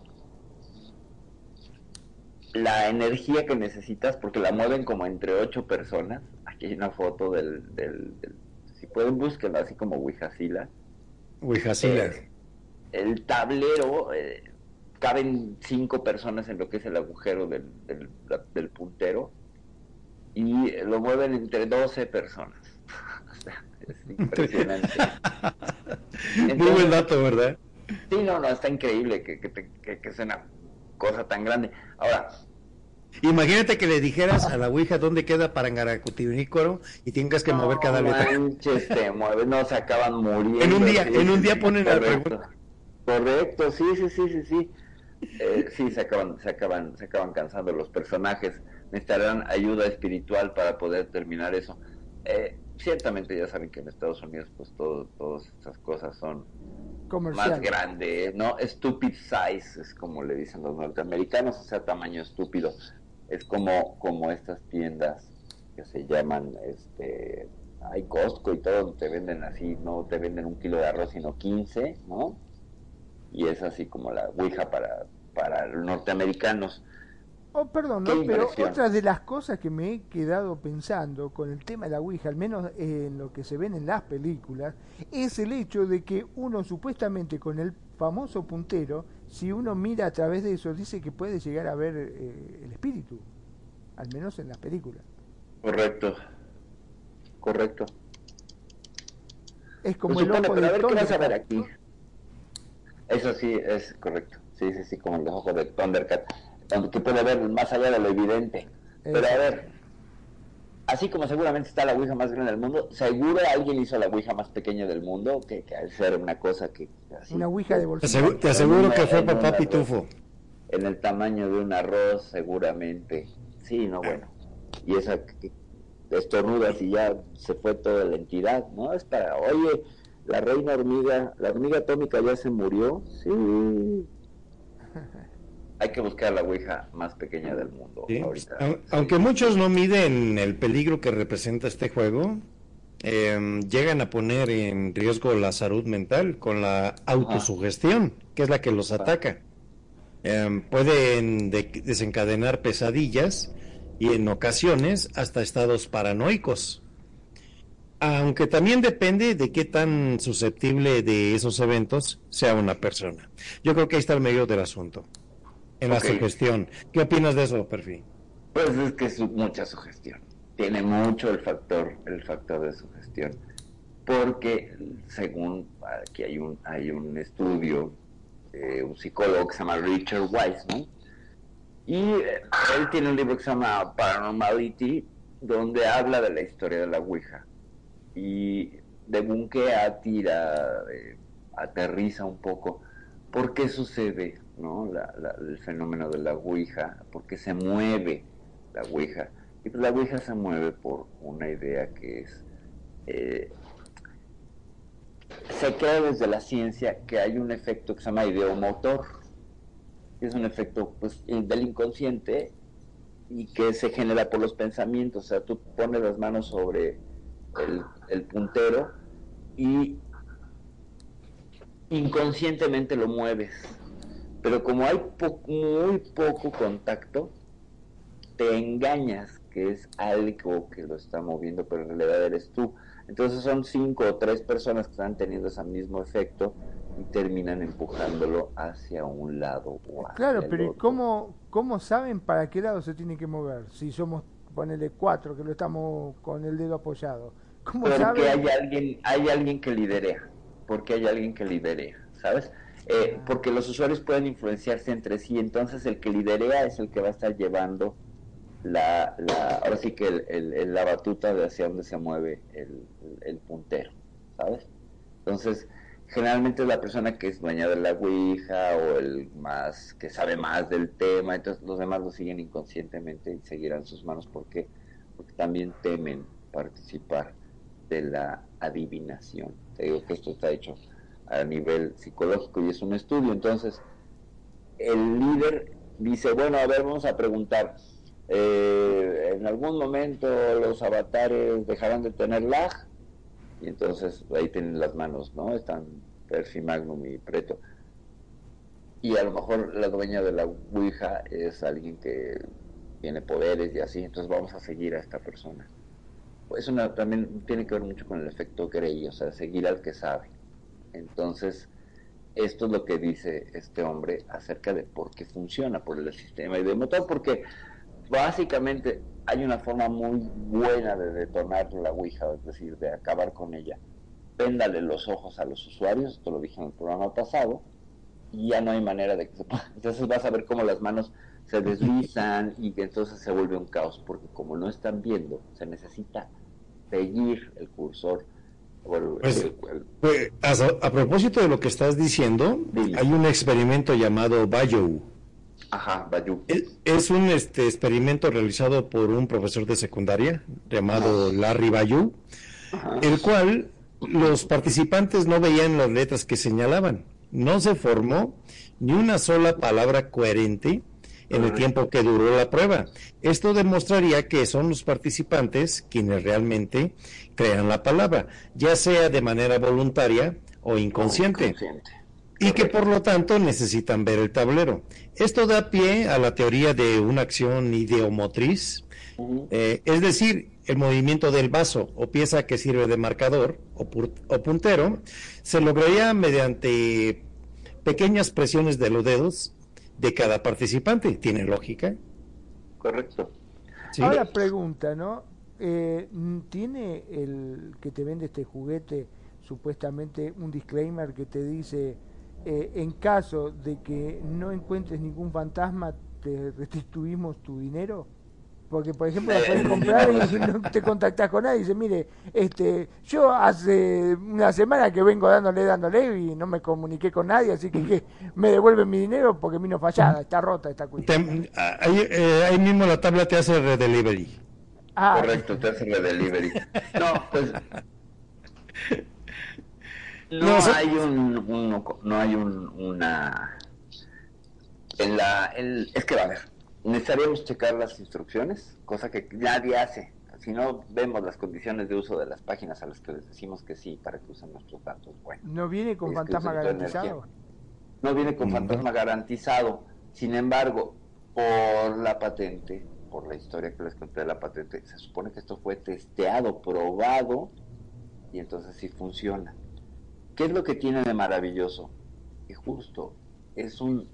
la energía que necesitas, porque la mueven como entre 8 personas. Aquí hay una foto si pueden búsquenlo así como Ouijacila. Ouijacila. El tablero, caben 5 personas en lo que es el agujero del puntero, y lo mueven entre 12 personas. O sea, es impresionante. Muy buen Entonces, dato, ¿verdad? sí, no, no, está increíble que sea una cosa tan grande. Ahora, Imagínate que le dijeras a la Ouija dónde queda Parangaracutinícoro y tengas que mover cada no letra. manches, te mueves, no, se acaban muriendo. En un día Sí, ponen la correcto. pregunta. Correcto, sí, sí, sí, sí, sí. Sí, se acaban cansando los personajes. Necesitarán ayuda espiritual para poder terminar eso. Ciertamente ya saben que en Estados Unidos pues todas estas cosas son Comercial. más grandes, ¿no? Stupid size es como le dicen los norteamericanos, o sea, tamaño estúpido. Es como estas tiendas que se llaman, hay Costco y todo, te venden así, no te venden 1 kilo de arroz, sino 15, ¿no? Y es así como la Ouija para los norteamericanos. Oh, perdón, Qué ¿no? Pero impresión. otra de las cosas que me he quedado pensando con el tema de la Ouija, al menos en lo que se ven en las películas, es el hecho de que uno supuestamente con el famoso puntero, si uno mira a través de eso, dice que puede llegar a ver el espíritu, al menos en las películas. Correcto, correcto. Es como Se el supone, ojo pero a de ver qué vas a ver Thundercat, aquí. ¿no? Eso sí, es correcto. Sí, sí, sí, como el ojo de Thundercat, donde tú puedes ver más allá de lo evidente. Pero a ver, así como seguramente está la Ouija más grande del mundo, seguro alguien hizo la Ouija más pequeña del mundo, que al ser una cosa que así, Una Ouija de bolsillo. Te aseguro que fue en un papá arroz, Pitufo. en el tamaño de un arroz, seguramente. Sí, no, bueno. Y esa que estornudas y ya se fue toda la entidad, ¿no? Es para, oye, la reina hormiga, la hormiga atómica ya se murió. Sí. Hay que buscar la Ouija más pequeña del mundo ¿Sí? ahorita. Aunque muchos no miden el peligro que representa este juego, llegan a poner en riesgo la salud mental con la autosugestión, que es la que los ataca. Pueden desencadenar pesadillas y en ocasiones hasta estados paranoicos. Aunque también depende de qué tan susceptible de esos eventos sea una persona. Yo creo que ahí está el medio del asunto, en la sugestión. ¿Qué opinas de eso, Perfil? Pues es que es mucha sugestión. Tiene mucho el factor de sugestión. Porque según aquí hay un estudio, un psicólogo que se llama Richard Wiseman, y él tiene un libro que se llama Paranormality, donde habla de la historia de la Ouija. Y debunkea, aterriza un poco por qué sucede, ¿no? El fenómeno de la Ouija, por qué se mueve la Ouija. Y pues la Ouija se mueve por una idea que es, se cree desde la ciencia que hay un efecto que se llama ideomotor, que es un efecto pues, del inconsciente y que se genera por los pensamientos. O sea, tú pones las manos sobre el puntero y inconscientemente lo mueves, pero como hay muy poco contacto, te engañas que es algo que lo está moviendo, pero en realidad eres tú. Entonces son 5 o 3 personas que están teniendo ese mismo efecto y terminan empujándolo hacia un lado o hacia Claro, el pero ¿y otro. cómo saben para qué lado se tiene que mover? Si somos, ponele 4, que lo estamos con el dedo apoyado. ¿Cómo Porque saben? hay alguien que liderea, ¿sabes? Porque los usuarios pueden influenciarse entre sí, entonces el que liderea es el que va a estar llevando ahora sí que la batuta de hacia dónde se mueve el puntero, ¿sabes? Entonces, generalmente es la persona que es dueña de la ouija o el más que sabe más del tema, entonces los demás lo siguen inconscientemente y seguirán sus manos. ¿Por qué? Porque también temen participar de la adivinación. Te digo que esto está hecho a nivel psicológico y es un estudio. Entonces el líder dice, bueno, a ver, vamos a preguntar, en algún momento los avatares dejarán de tener lag, y entonces ahí tienen las manos, ¿no? Están Percy, Magnum y Preto, y a lo mejor la dueña de la ouija es alguien que tiene poderes y así, entonces vamos a seguir a esta persona. Pues también tiene que ver mucho con el efecto Grey, o sea, seguir al que sabe. Entonces esto es lo que dice este hombre acerca de por qué funciona, por el sistema y de motor, porque básicamente hay una forma muy buena de detonar la ouija, es decir, de acabar con ella. Véndale los ojos a los usuarios, esto lo dije en el programa pasado, y ya no hay manera de que se pueda. Entonces vas a ver cómo las manos se deslizan y entonces se vuelve un caos, porque como no están viendo, se necesita seguir el cursor. Pues, a propósito de lo que estás diciendo, Dime. hay un experimento llamado Bayou. Ajá, Bayou. Es un experimento realizado por un profesor de secundaria llamado Larry Bayou, el cual los participantes no veían las letras que señalaban. No se formó ni una sola palabra coherente en el tiempo que duró la prueba. Esto demostraría que son los participantes quienes realmente crean la palabra, ya sea de manera voluntaria o inconsciente. Y que por lo tanto necesitan ver el tablero. Esto da pie a la teoría de una acción ideomotriz, es decir, el movimiento del vaso o pieza que sirve de marcador o puntero se lograría mediante pequeñas presiones de los dedos de cada participante. ¿Tiene lógica? Correcto. ¿Sí? Ahora pregunta, ¿no? ¿Tiene el que te vende este juguete supuestamente un disclaimer que te dice en caso de que no encuentres ningún fantasma te restituimos tu dinero? Porque por ejemplo la puedes comprar y no te contactás con nadie y dices, mire, yo hace una semana que vengo dándole y no me comuniqué con nadie, así que me devuelven mi dinero porque vino fallada, está rota esta cuestión. Ahí mismo la tabla te hace redelivery. Correcto, te hace redelivery. No, pues no hay una es que va a ver, necesitaríamos checar las instrucciones, cosa que nadie hace. Si no vemos las condiciones de uso de las páginas a las que les decimos que sí para que usen nuestros datos, bueno. ¿No viene con fantasma garantizado? No viene con fantasma garantizado. Sin embargo, por la patente, por la historia que les conté de la patente, se supone que esto fue testeado, probado, y entonces sí funciona. ¿Qué es lo que tiene de maravilloso? Que justo es un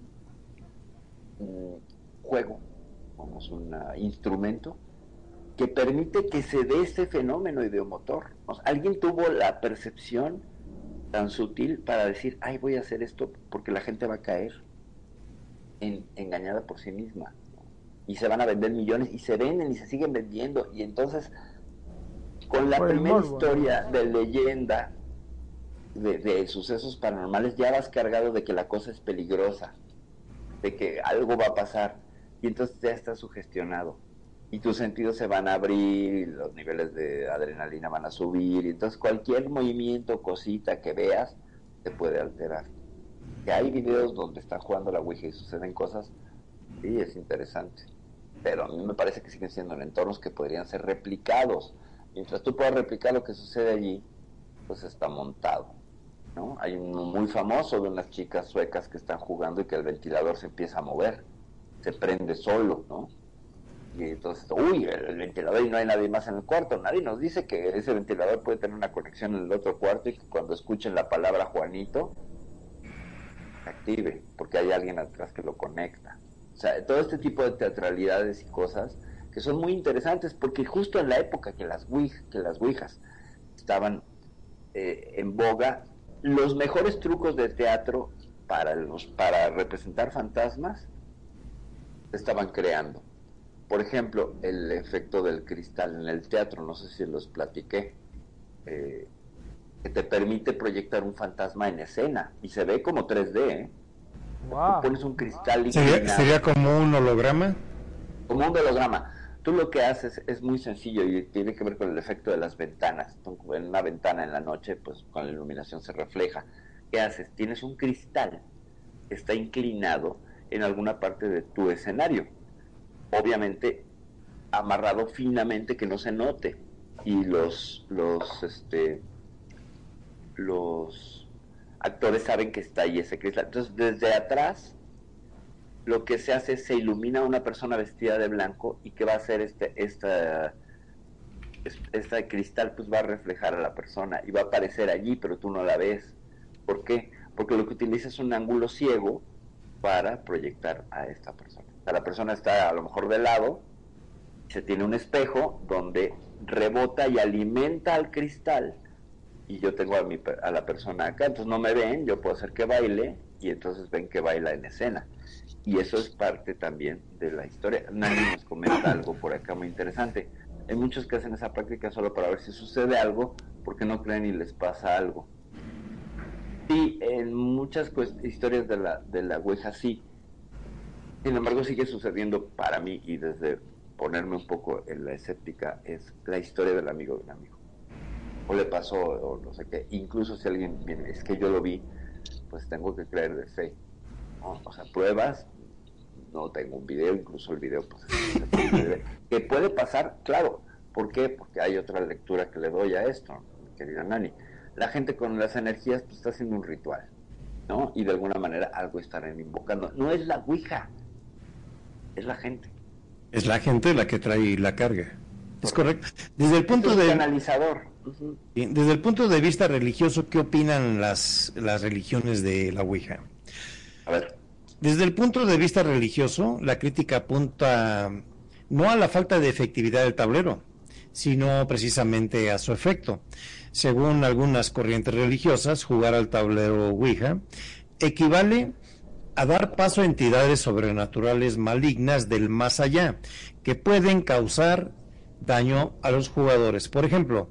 juego, como es un instrumento que permite que se dé este fenómeno ideomotor. O sea, alguien tuvo la percepción tan sutil para decir, ay, voy a hacer esto porque la gente va a caer engañada por sí misma, y se van a vender millones, y se venden y se siguen vendiendo, y entonces con la primera historia de leyenda de sucesos paranormales ya vas cargado de que la cosa es peligrosa, de que algo va a pasar, y entonces ya estás sugestionado y tus sentidos se van a abrir, los niveles de adrenalina van a subir, y entonces cualquier movimiento, cosita que veas te puede alterar. Que hay videos donde están jugando la Ouija y suceden cosas, sí, es interesante, pero a mí me parece que siguen siendo en entornos que podrían ser replicados. Mientras tú puedas replicar lo que sucede allí, pues está montado, ¿no? Hay uno muy famoso de unas chicas suecas que están jugando y que el ventilador se empieza a mover, se prende solo, ¿no? Y entonces, uy, el ventilador, y no hay nadie más en el cuarto. Nadie nos dice que ese ventilador puede tener una conexión en el otro cuarto y que cuando escuchen la palabra Juanito se active, porque hay alguien atrás que lo conecta. O sea, todo este tipo de teatralidades y cosas que son muy interesantes, porque justo en la época que las ouijas estaban en boga, los mejores trucos de teatro para representar fantasmas se estaban creando. Por ejemplo, el efecto del cristal en el teatro, no sé si los platiqué. que te permite proyectar un fantasma en escena y se ve como 3D, ¿eh? Wow. Tú pones un cristal ¿Sería como un holograma? como un holograma. Tú lo que haces es muy sencillo y tiene que ver con el efecto de las ventanas. En una ventana en la noche, pues con la iluminación se refleja. ¿Qué haces? Tienes un cristal que está inclinado en alguna parte de tu escenario. Obviamente amarrado finamente que no se note. Y los actores saben que está ahí ese cristal. Entonces, desde atrás, lo que se hace es se ilumina a una persona vestida de blanco y que va a hacer este cristal, pues va a reflejar a la persona y va a aparecer allí, pero tú no la ves. ¿Por qué? Porque lo que utiliza es un ángulo ciego para proyectar a esta persona. O sea, la persona está a lo mejor de lado, se tiene un espejo donde rebota y alimenta al cristal y yo tengo a la persona acá, entonces no me ven, yo puedo hacer que baile y entonces ven que baila en escena. Y eso es parte también de la historia. Nadie nos comenta algo por acá muy interesante. Hay muchos que hacen esa práctica solo para ver si sucede algo, porque no creen y les pasa algo. Sí, en muchas historias de la Ouija sí. Sin embargo, sigue sucediendo para mí, y desde ponerme un poco en la escéptica, es la historia del amigo de un amigo. O le pasó, o no sé qué. Incluso si alguien viene, es que yo lo vi, pues tengo que creer de fe. ¿No? O sea, pruebas, no tengo un video, incluso el video, pues, que puede pasar, claro. ¿Por qué? Porque hay otra lectura que le doy a esto, mi querida Nani. La gente con las energías, pues, está haciendo un ritual, ¿no? Y de alguna manera algo estarán invocando. No es la Ouija, es la gente. Es la gente la que trae la carga. Es correcto. Desde el punto de canalizador. Desde el punto de vista religioso, ¿qué opinan las religiones de la Ouija? A ver. Desde el punto de vista religioso, la crítica apunta no a la falta de efectividad del tablero, sino precisamente a su efecto. Según algunas corrientes religiosas, jugar al tablero Ouija equivale a dar paso a entidades sobrenaturales malignas del más allá, que pueden causar daño a los jugadores. Por ejemplo,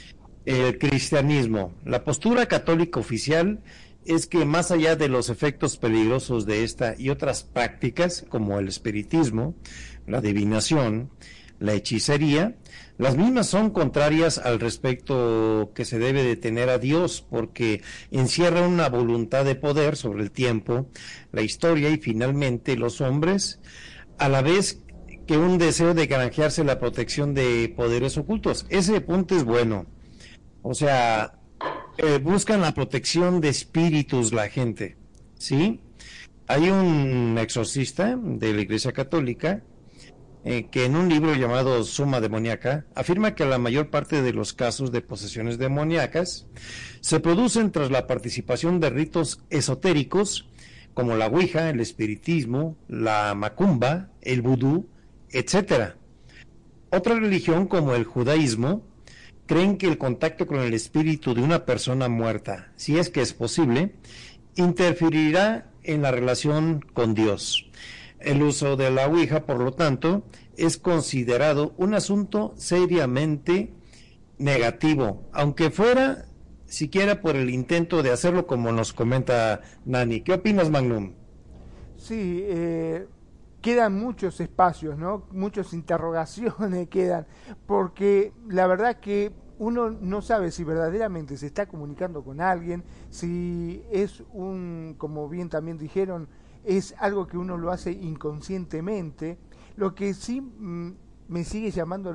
el cristianismo. La postura católica oficial es que más allá de los efectos peligrosos de esta y otras prácticas, como el espiritismo, la adivinación, la hechicería, las mismas son contrarias al respeto que se debe de tener a Dios, porque encierra una voluntad de poder sobre el tiempo, la historia y finalmente los hombres, a la vez que un deseo de granjearse la protección de poderes ocultos. Ese punto es bueno. O sea, buscan la protección de espíritus la gente, ¿sí? Hay un exorcista de la Iglesia Católica que en un libro llamado Suma Demoníaca afirma que la mayor parte de los casos de posesiones demoníacas se producen tras la participación de ritos esotéricos como la Ouija, el espiritismo, la macumba, el vudú, etcétera. Otra religión como el judaísmo creen que el contacto con el espíritu de una persona muerta, si es que es posible, interferirá en la relación con Dios. El uso de la Ouija, por lo tanto, es considerado un asunto seriamente negativo, aunque fuera siquiera por el intento de hacerlo como nos comenta Nani. ¿Qué opinas, Magnum? Sí, quedan muchos espacios, ¿no? Muchas interrogaciones quedan, porque la verdad que uno no sabe si verdaderamente se está comunicando con alguien, si es como bien también dijeron, es algo que uno lo hace inconscientemente. Lo que sí me sigue llamando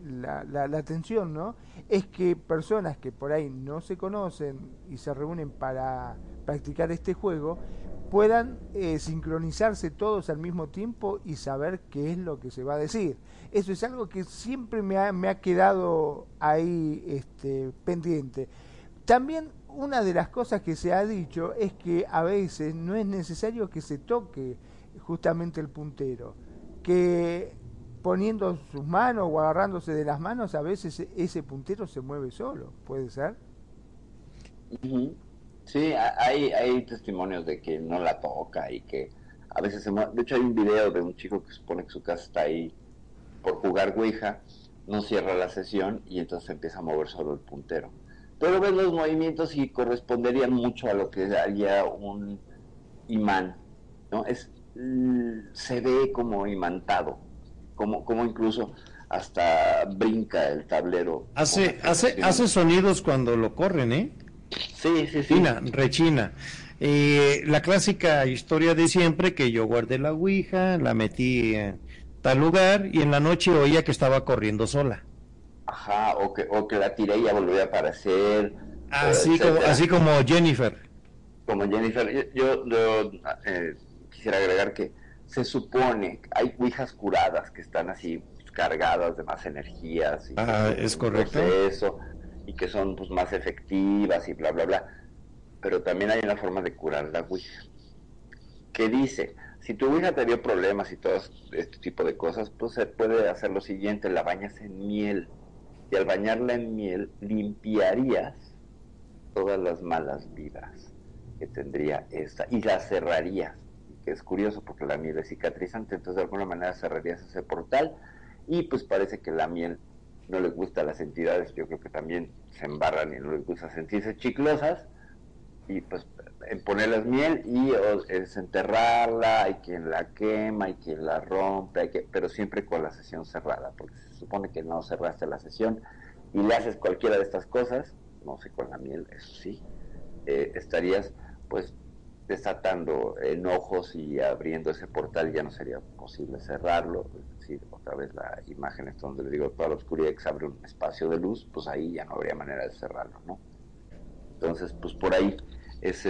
la atención, ¿no? Es que personas que por ahí no se conocen y se reúnen para practicar este juego puedan sincronizarse todos al mismo tiempo y saber qué es lo que se va a decir. Eso es algo que siempre me ha quedado ahí pendiente. También una de las cosas que se ha dicho es que a veces no es necesario que se toque justamente el puntero, que poniendo sus manos o agarrándose de las manos, a veces ese puntero se mueve solo, ¿puede ser? Uh-huh. Sí, hay testimonios de que no la toca y que a veces se mueve. De hecho, hay un video de un chico que supone que su casa está ahí por jugar Ouija, no cierra la sesión y entonces empieza a mover solo el puntero. pero ves los movimientos y corresponderían mucho a lo que haría un imán, ¿no? Se ve como imantado, como incluso hasta brinca el tablero. Hace sonidos cuando lo corren, ¿eh? Sí. Rechina. La clásica historia de siempre, que yo guardé la ouija, la metí en tal lugar y en la noche oía que estaba corriendo sola. Ajá, o que la tiré y ya volvió a aparecer. Así como Jennifer. Como Jennifer. Yo quisiera agregar que se supone que hay ouijas curadas que están así cargadas de más energías. Y es correcto. Proceso, y que son pues más efectivas y bla, bla, bla. Pero también hay una forma de curar la ouija. Que dice, si tu ouija te dio problemas y todo este tipo de cosas, pues se puede hacer lo siguiente, la bañas en miel. Y al bañarla en miel, limpiarías todas las malas vibras que tendría esta, y la cerrarías, que es curioso porque la miel es cicatrizante, entonces de alguna manera cerrarías ese portal, y pues parece que la miel no les gusta a las entidades, yo creo que también se embarran y no les gusta sentirse chiclosas, y pues en ponerles miel y es enterrarla, hay quien la quema, hay quien la rompe, pero siempre con la sesión cerrada, porque se supone que no cerraste la sesión y le haces cualquiera de estas cosas, no sé, con la miel, eso sí, estarías pues desatando enojos y abriendo ese portal, ya no sería posible cerrarlo, es decir, otra vez la imagen es donde le digo, toda la oscuridad que se abre un espacio de luz, pues ahí ya no habría manera de cerrarlo, ¿no? Entonces, pues por ahí es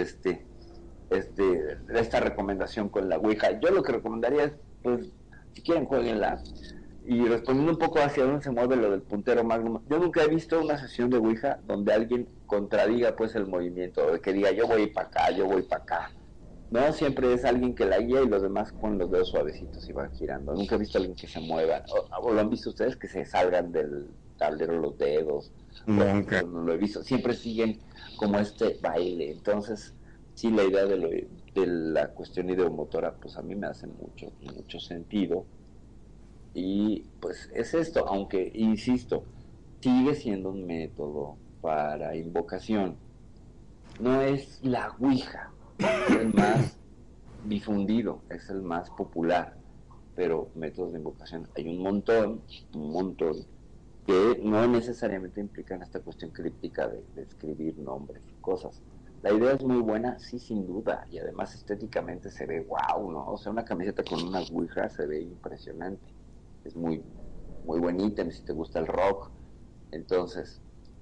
esta recomendación con la ouija. Yo lo que recomendaría es, pues, si quieren, jueguenla. Y respondiendo un poco hacia dónde se mueve lo del puntero magnum, yo nunca he visto una sesión de ouija donde alguien contradiga pues el movimiento, de que diga yo voy para acá, yo voy para acá. No, siempre es alguien que la guía y los demás con los dedos suavecitos y van girando. Nunca he visto a alguien que se mueva. ¿O lo han visto ustedes, que se salgan del tablero los dedos? Nunca. No lo he visto. Siempre siguen como este baile. Entonces, sí, la idea de la cuestión ideomotora, pues a mí me hace mucho sentido. Y pues es esto, aunque, insisto, sigue siendo un método para invocación. No es la ouija, es el más difundido, es el más popular, pero métodos de invocación hay un montón, que no necesariamente implican esta cuestión críptica de escribir nombres y cosas. La idea es muy buena, sí, sin duda, y además estéticamente se ve wow, ¿no? O sea, una camiseta con una ouija se ve impresionante, es muy buen ítem si te gusta el rock. Entonces,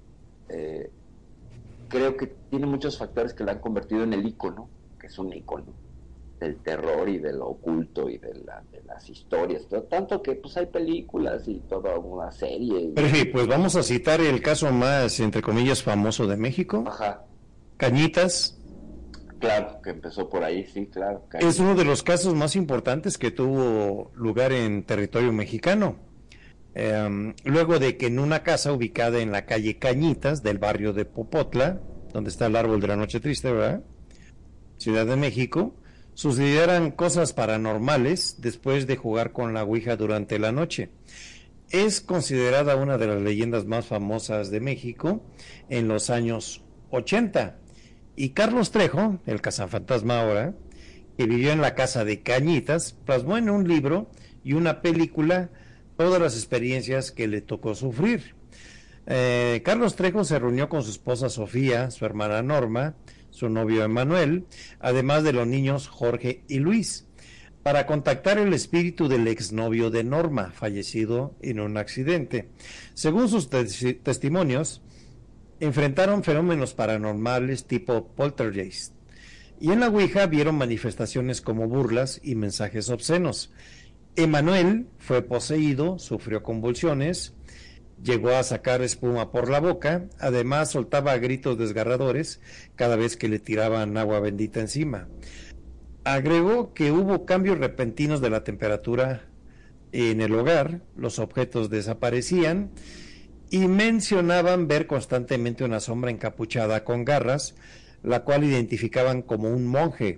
creo que tiene muchos factores que la han convertido en el ícono, que es un ícono del terror y de lo oculto y de las historias, tanto que pues hay películas y toda una serie. Pero sí, pues vamos a citar el caso más, entre comillas, famoso de México. Ajá. Cañitas. Claro, que empezó por ahí, sí, claro. Es uno de los casos más importantes que tuvo lugar en territorio mexicano. Luego de que en una casa ubicada en la calle Cañitas del barrio de Popotla, donde está el árbol de la noche triste, ¿verdad?, Ciudad de México, sucedieran cosas paranormales después de jugar con la ouija durante la noche. Es considerada una de las leyendas más famosas de México en los años 80. Y Carlos Trejo, el cazafantasma ahora, que vivió en la casa de Cañitas, plasmó en un libro y una película todas las experiencias que le tocó sufrir. Carlos Trejo se reunió con su esposa Sofía, su hermana Norma, su novio Emanuel, además de los niños Jorge y Luis, para contactar el espíritu del exnovio de Norma, fallecido en un accidente. Según sus testimonios, enfrentaron fenómenos paranormales tipo poltergeist, y en la ouija vieron manifestaciones como burlas y mensajes obscenos. Emanuel fue poseído, sufrió convulsiones, llegó a sacar espuma por la boca, además soltaba gritos desgarradores cada vez que le tiraban agua bendita encima. Agregó que hubo cambios repentinos de la temperatura en el hogar, los objetos desaparecían y mencionaban ver constantemente una sombra encapuchada con garras, la cual identificaban como un monje.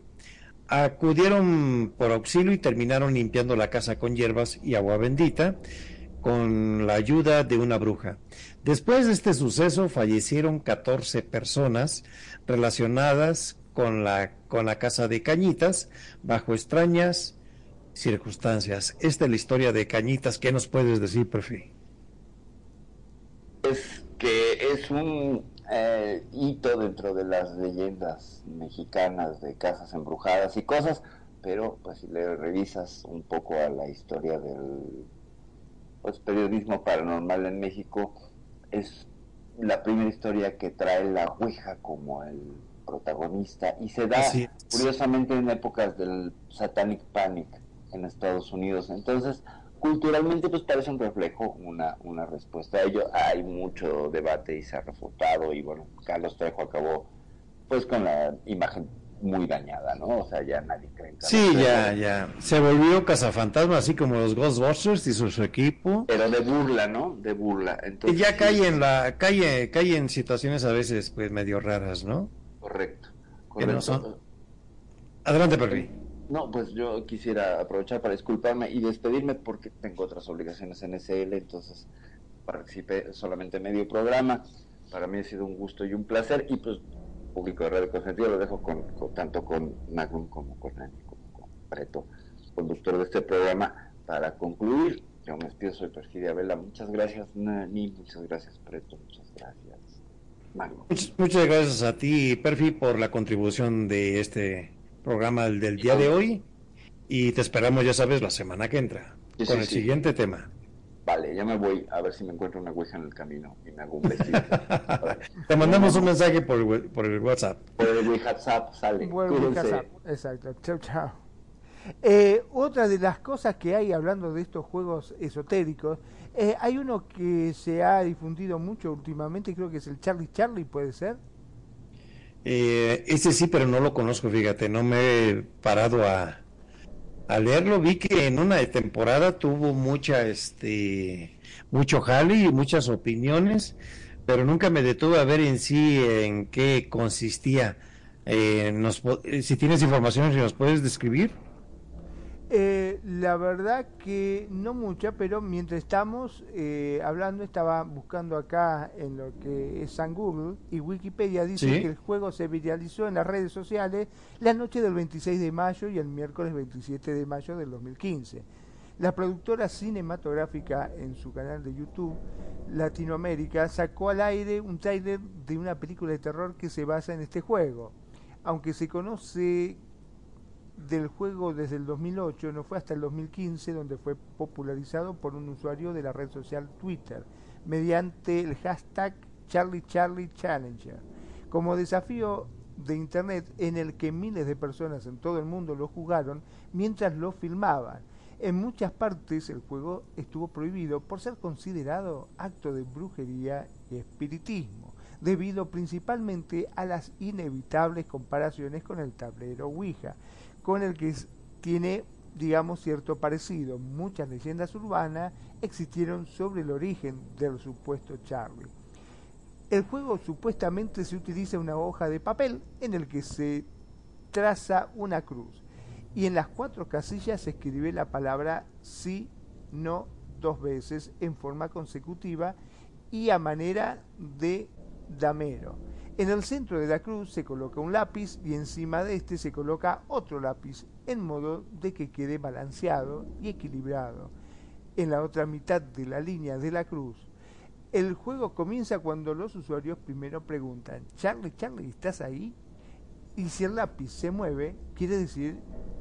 Acudieron por auxilio y terminaron limpiando la casa con hierbas y agua bendita, con la ayuda de una bruja. Después de este suceso fallecieron 14 personas relacionadas con la casa de Cañitas bajo extrañas circunstancias. Esta es la historia de Cañitas. ¿Qué nos puedes decir, Perfi? Es que es un hito dentro de las leyendas mexicanas de casas embrujadas y cosas, pero pues si le revisas un poco a la historia del periodismo paranormal en México, es la primera historia que trae la Ouija como el protagonista, y se da curiosamente en épocas del Satanic Panic en Estados Unidos. Entonces, culturalmente pues parece un reflejo, una respuesta a ello. Hay mucho debate y se ha refutado, y bueno, Carlos Trejo acabó pues con la imagen muy dañada, ¿no? O sea, ya nadie cree en Carlos Sí, Trejo. ya. Se volvió cazafantasma, así como los Ghostbusters y su equipo. Pero de burla, ¿no? De burla. Entonces, Y ya cae en situaciones a veces pues medio raras, ¿no? Correcto. Que no son. Adelante, Perfi. No, pues yo quisiera aprovechar para disculparme y despedirme porque tengo otras obligaciones en SL, entonces participé solamente medio programa. Para mí ha sido un gusto y un placer, y pues público de Radio Consentido lo dejo tanto con Magnum como con Nani, como con Preto, conductor de este programa, para concluir. Yo me despido, soy Perfidia Vela. Muchas gracias, Nani, muchas gracias, Preto, muchas gracias, Magnum. Muchas gracias a ti, Perfi, por la contribución de este programa del día de hoy, y te esperamos, ya sabes, la semana que entra con el siguiente tema. Vale, ya me voy a ver si me encuentro una ouija en el camino y me hago un vestido. Te mandamos un mensaje por el WhatsApp. Por el WhatsApp sale. Exacto. Chao, chao. Otra de las cosas que hay, hablando de estos juegos esotéricos, hay uno que se ha difundido mucho últimamente, creo que es el Charlie Charlie, ¿puede ser? Ese sí, pero no lo conozco, fíjate, no me he parado a leerlo. Vi que en una temporada tuvo mucho jale y muchas opiniones, pero nunca me detuve a ver en sí en qué consistía. Si tienes información, si nos puedes describir. La verdad que no mucha, pero mientras estamos hablando, estaba buscando acá en lo que es San Google, y Wikipedia dice que el juego se viralizó en las redes sociales la noche del 26 de mayo y el miércoles 27 de mayo del 2015. La productora cinematográfica, en su canal de YouTube Latinoamérica, sacó al aire un tráiler de una película de terror que se basa en este juego. Aunque se conoce del juego desde el 2008, no fue hasta el 2015 donde fue popularizado por un usuario de la red social Twitter mediante el hashtag CharlieCharlieChallenger, como desafío de internet en el que miles de personas en todo el mundo lo jugaron mientras lo filmaban. En muchas partes el juego estuvo prohibido por ser considerado acto de brujería y espiritismo, debido principalmente a las inevitables comparaciones con el tablero Ouija, con el que tiene, digamos, cierto parecido. Muchas leyendas urbanas existieron sobre el origen del supuesto Charlie. El juego supuestamente se utiliza una hoja de papel en el que se traza una cruz, y en las 4 casillas se escribe la palabra sí, no 2 veces en forma consecutiva y a manera de damero. En el centro de la cruz se coloca un lápiz y encima de este se coloca otro lápiz, en modo de que quede balanceado y equilibrado en la otra mitad de la línea de la cruz. El juego comienza cuando los usuarios primero preguntan: Charlie, Charlie, ¿estás ahí? Y si el lápiz se mueve, quiere decir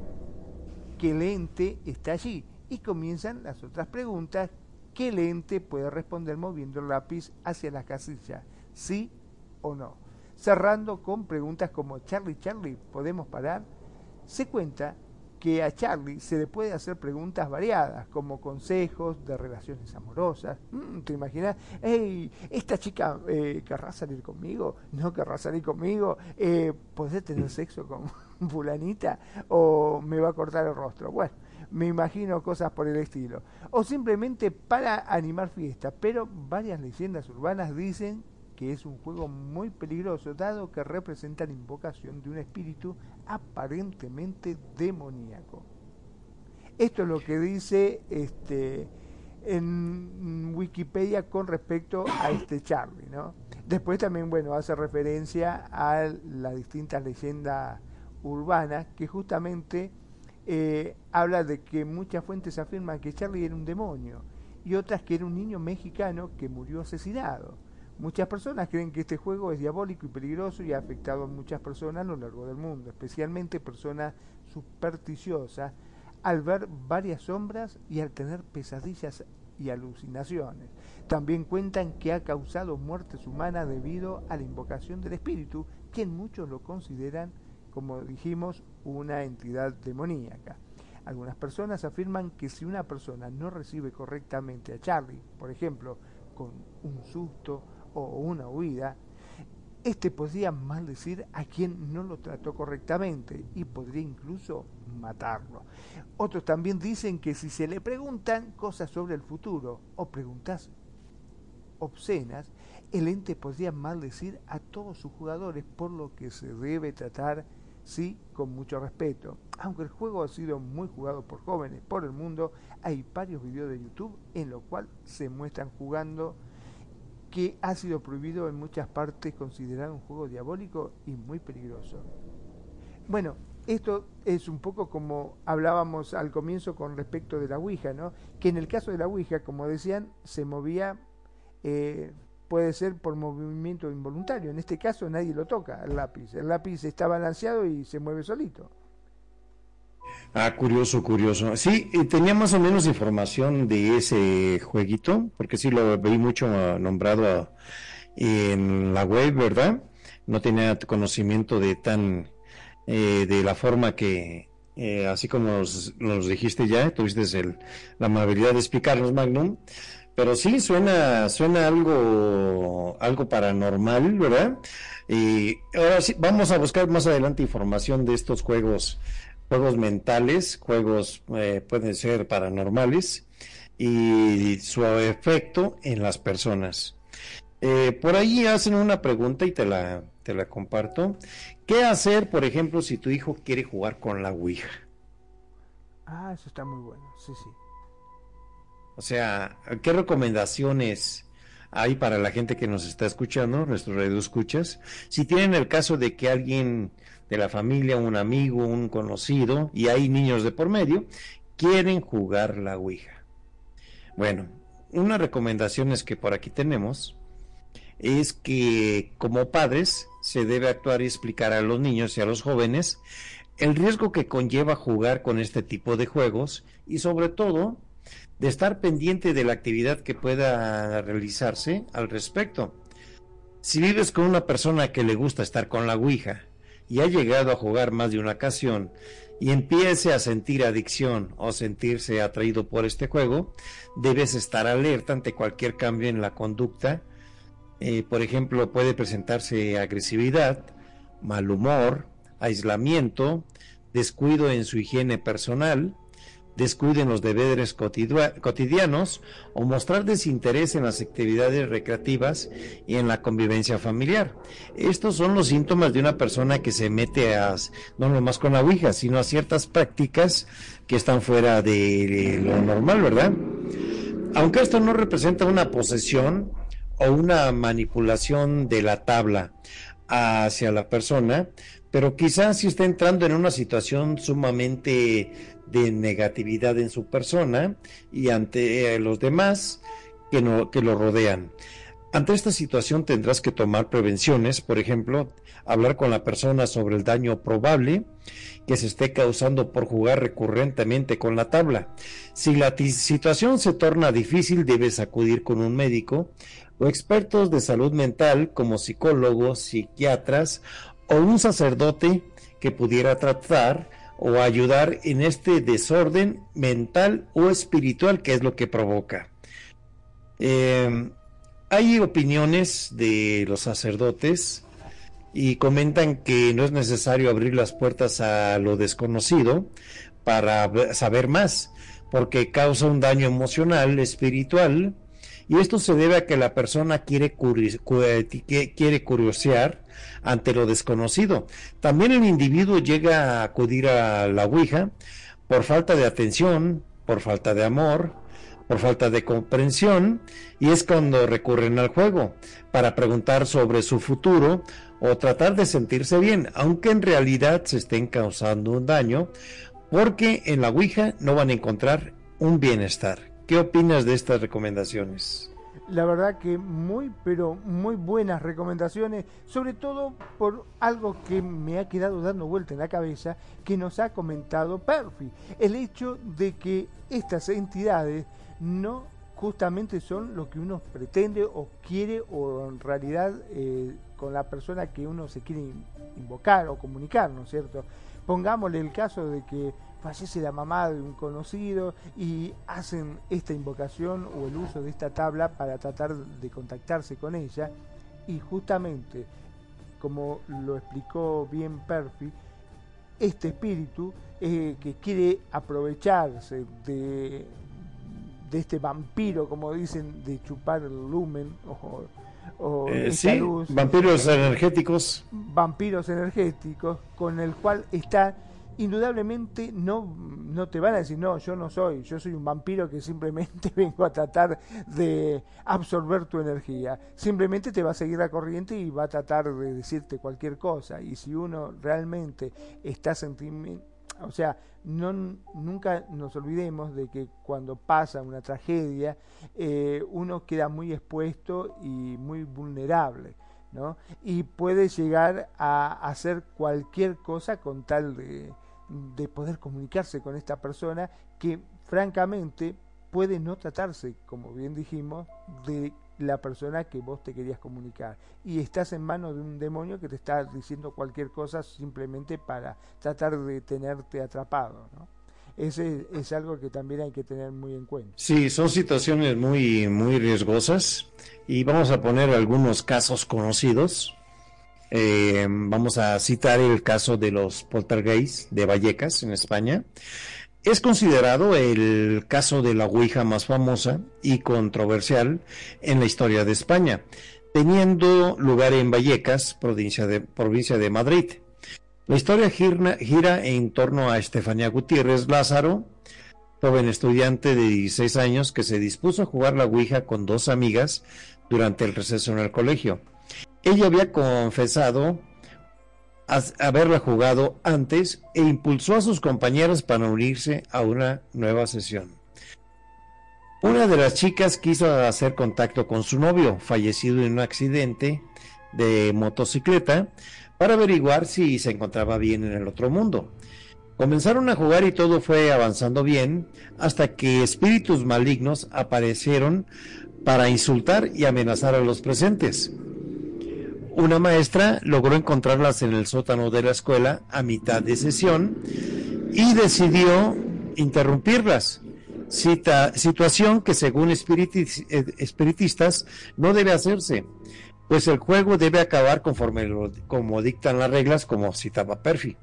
que el ente está allí. Y comienzan las otras preguntas que el ente puede responder moviendo el lápiz hacia la casilla, sí o no, cerrando con preguntas como: Charlie, Charlie, ¿podemos parar? Se cuenta que a Charlie se le puede hacer preguntas variadas, como consejos de relaciones amorosas. ¿Te imaginas? Hey, ¿esta chica querrá salir conmigo? ¿No querrá salir conmigo? ¿Podés tener sexo con fulanita? ¿O me va a cortar el rostro? Bueno, me imagino cosas por el estilo. O simplemente para animar fiestas, pero varias leyendas urbanas dicen que es un juego muy peligroso, dado que representa la invocación de un espíritu aparentemente demoníaco. Esto es lo que dice en Wikipedia con respecto a este Charlie, ¿no? Después también, bueno, hace referencia a las distintas leyendas urbanas que justamente habla de que muchas fuentes afirman que Charlie era un demonio y otras que era un niño mexicano que murió asesinado. Muchas personas creen que este juego es diabólico y peligroso y ha afectado a muchas personas a lo largo del mundo, especialmente personas supersticiosas, al ver varias sombras y al tener pesadillas y alucinaciones. También cuentan que ha causado muertes humanas debido a la invocación del espíritu, que muchos lo consideran, como dijimos, una entidad demoníaca. Algunas personas afirman que si una persona no recibe correctamente a Charlie, por ejemplo, con un susto o una huida, este podría maldecir a quien no lo trató correctamente y podría incluso matarlo. Otros también dicen que si se le preguntan cosas sobre el futuro o preguntas obscenas, el ente podría maldecir a todos sus jugadores, por lo que se debe tratar, sí, con mucho respeto. Aunque el juego ha sido muy jugado por jóvenes por el mundo, hay varios videos de YouTube en los cuales se muestran jugando, que ha sido prohibido en muchas partes, considerado un juego diabólico y muy peligroso. Bueno, esto es un poco como hablábamos al comienzo con respecto de la Ouija, ¿no? Que en el caso de la Ouija, como decían, se movía, puede ser por movimiento involuntario. En este caso nadie lo toca, el lápiz está balanceado y se mueve solito. Ah, curioso, curioso. Sí, tenía más o menos información de ese jueguito, porque sí lo veí mucho nombrado en la web, ¿verdad? No tenía conocimiento de de la forma que, así como nos dijiste ya, tuviste la amabilidad de explicarnos, Magnum, pero sí suena algo paranormal, ¿verdad? Y ahora sí, vamos a buscar más adelante información de estos juegos mentales, pueden ser paranormales y su efecto en las personas. Por ahí hacen una pregunta y te la comparto. ¿Qué hacer, por ejemplo, si tu hijo quiere jugar con la Ouija? Ah, eso está muy bueno, sí. O sea, ¿qué recomendaciones hay para la gente que nos está escuchando, nuestros radioescuchas? Si tienen el caso de que alguien de la familia, un amigo, un conocido, y hay niños de por medio, quieren jugar la Ouija. Bueno, una recomendación es que por aquí tenemos, es que como padres se debe actuar y explicar a los niños y a los jóvenes el riesgo que conlleva jugar con este tipo de juegos y sobre todo de estar pendiente de la actividad que pueda realizarse al respecto. Si vives con una persona que le gusta estar con la Ouija y ha llegado a jugar más de una ocasión y empiece a sentir adicción o sentirse atraído por este juego, debes estar alerta ante cualquier cambio en la conducta. Por ejemplo, puede presentarse agresividad, mal humor, aislamiento, descuido en su higiene personal, descuido en los deberes cotidianos o mostrar desinterés en las actividades recreativas y en la convivencia familiar. Estos son los síntomas de una persona que se mete no nomás con la Ouija, sino a ciertas prácticas que están fuera de lo normal, ¿verdad? Aunque esto no representa una posesión o una manipulación de la tabla hacia la persona, pero quizás sí está entrando en una situación sumamente de negatividad en su persona y ante los demás que lo rodean. Ante esta situación tendrás que tomar prevenciones, por ejemplo, hablar con la persona sobre el daño probable que se esté causando por jugar recurrentemente con la tabla. Si la situación se torna difícil, debes acudir con un médico o expertos de salud mental como psicólogos, psiquiatras o un sacerdote que pudiera tratar o ayudar en este desorden mental o espiritual que es lo que provoca. Hay opiniones de los sacerdotes y comentan que no es necesario abrir las puertas a lo desconocido para saber más, porque causa un daño emocional, espiritual, y esto se debe a que la persona quiere curiosear ante lo desconocido. También el individuo llega a acudir a la Ouija por falta de atención, por falta de amor, por falta de comprensión, y es cuando recurren al juego para preguntar sobre su futuro o tratar de sentirse bien, aunque en realidad se estén causando un daño, porque en la Ouija no van a encontrar un bienestar. ¿Qué opinas de estas recomendaciones? La verdad que muy, pero muy buenas recomendaciones, sobre todo por algo que me ha quedado dando vuelta en la cabeza, que nos ha comentado Perfi, el hecho de que estas entidades no justamente son lo que uno pretende o quiere, o en realidad con la persona que uno se quiere invocar o comunicar, ¿no es cierto? Pongámosle el caso de que fallece la mamá de un conocido y hacen esta invocación o el uso de esta tabla para tratar de contactarse con ella, y justamente, como lo explicó bien Perfi, este espíritu que quiere aprovecharse de este vampiro, como dicen, de chupar el lumen o sí, luz, vampiros energéticos, con el cual está, indudablemente no te van a decir, no, yo soy un vampiro que simplemente vengo a tratar de absorber tu energía. Simplemente te va a seguir la corriente y va a tratar de decirte cualquier cosa. Y si uno realmente está o sea, nunca nos olvidemos de que cuando pasa una tragedia, uno queda muy expuesto y muy vulnerable, ¿no? Y puede llegar a hacer cualquier cosa con tal de poder comunicarse con esta persona, que francamente puede no tratarse, como bien dijimos, de la persona que vos te querías comunicar, y estás en manos de un demonio que te está diciendo cualquier cosa simplemente para tratar de tenerte atrapado, ¿no? Ese es algo que también hay que tener muy en cuenta. Sí, son situaciones muy, muy riesgosas, y vamos a poner algunos casos conocidos. Vamos a citar el caso de los poltergeist de Vallecas, en España. Es considerado el caso de la Ouija más famosa y controversial en la historia de España, teniendo lugar en Vallecas, provincia de Madrid. La historia gira en torno a Estefanía Gutiérrez Lázaro, joven estudiante de 16 años que se dispuso a jugar la Ouija con dos amigas durante el receso en el colegio. Ella había confesado haberla jugado antes e impulsó a sus compañeras para unirse a una nueva sesión. Una de las chicas quiso hacer contacto con su novio, fallecido en un accidente de motocicleta, para averiguar si se encontraba bien en el otro mundo. Comenzaron a jugar y todo fue avanzando bien, hasta que espíritus malignos aparecieron para insultar y amenazar a los presentes. Una maestra logró encontrarlas en el sótano de la escuela a mitad de sesión y decidió interrumpirlas. Situación que, según espiritistas, no debe hacerse, pues el juego debe acabar como dictan las reglas, como citaba Perfi.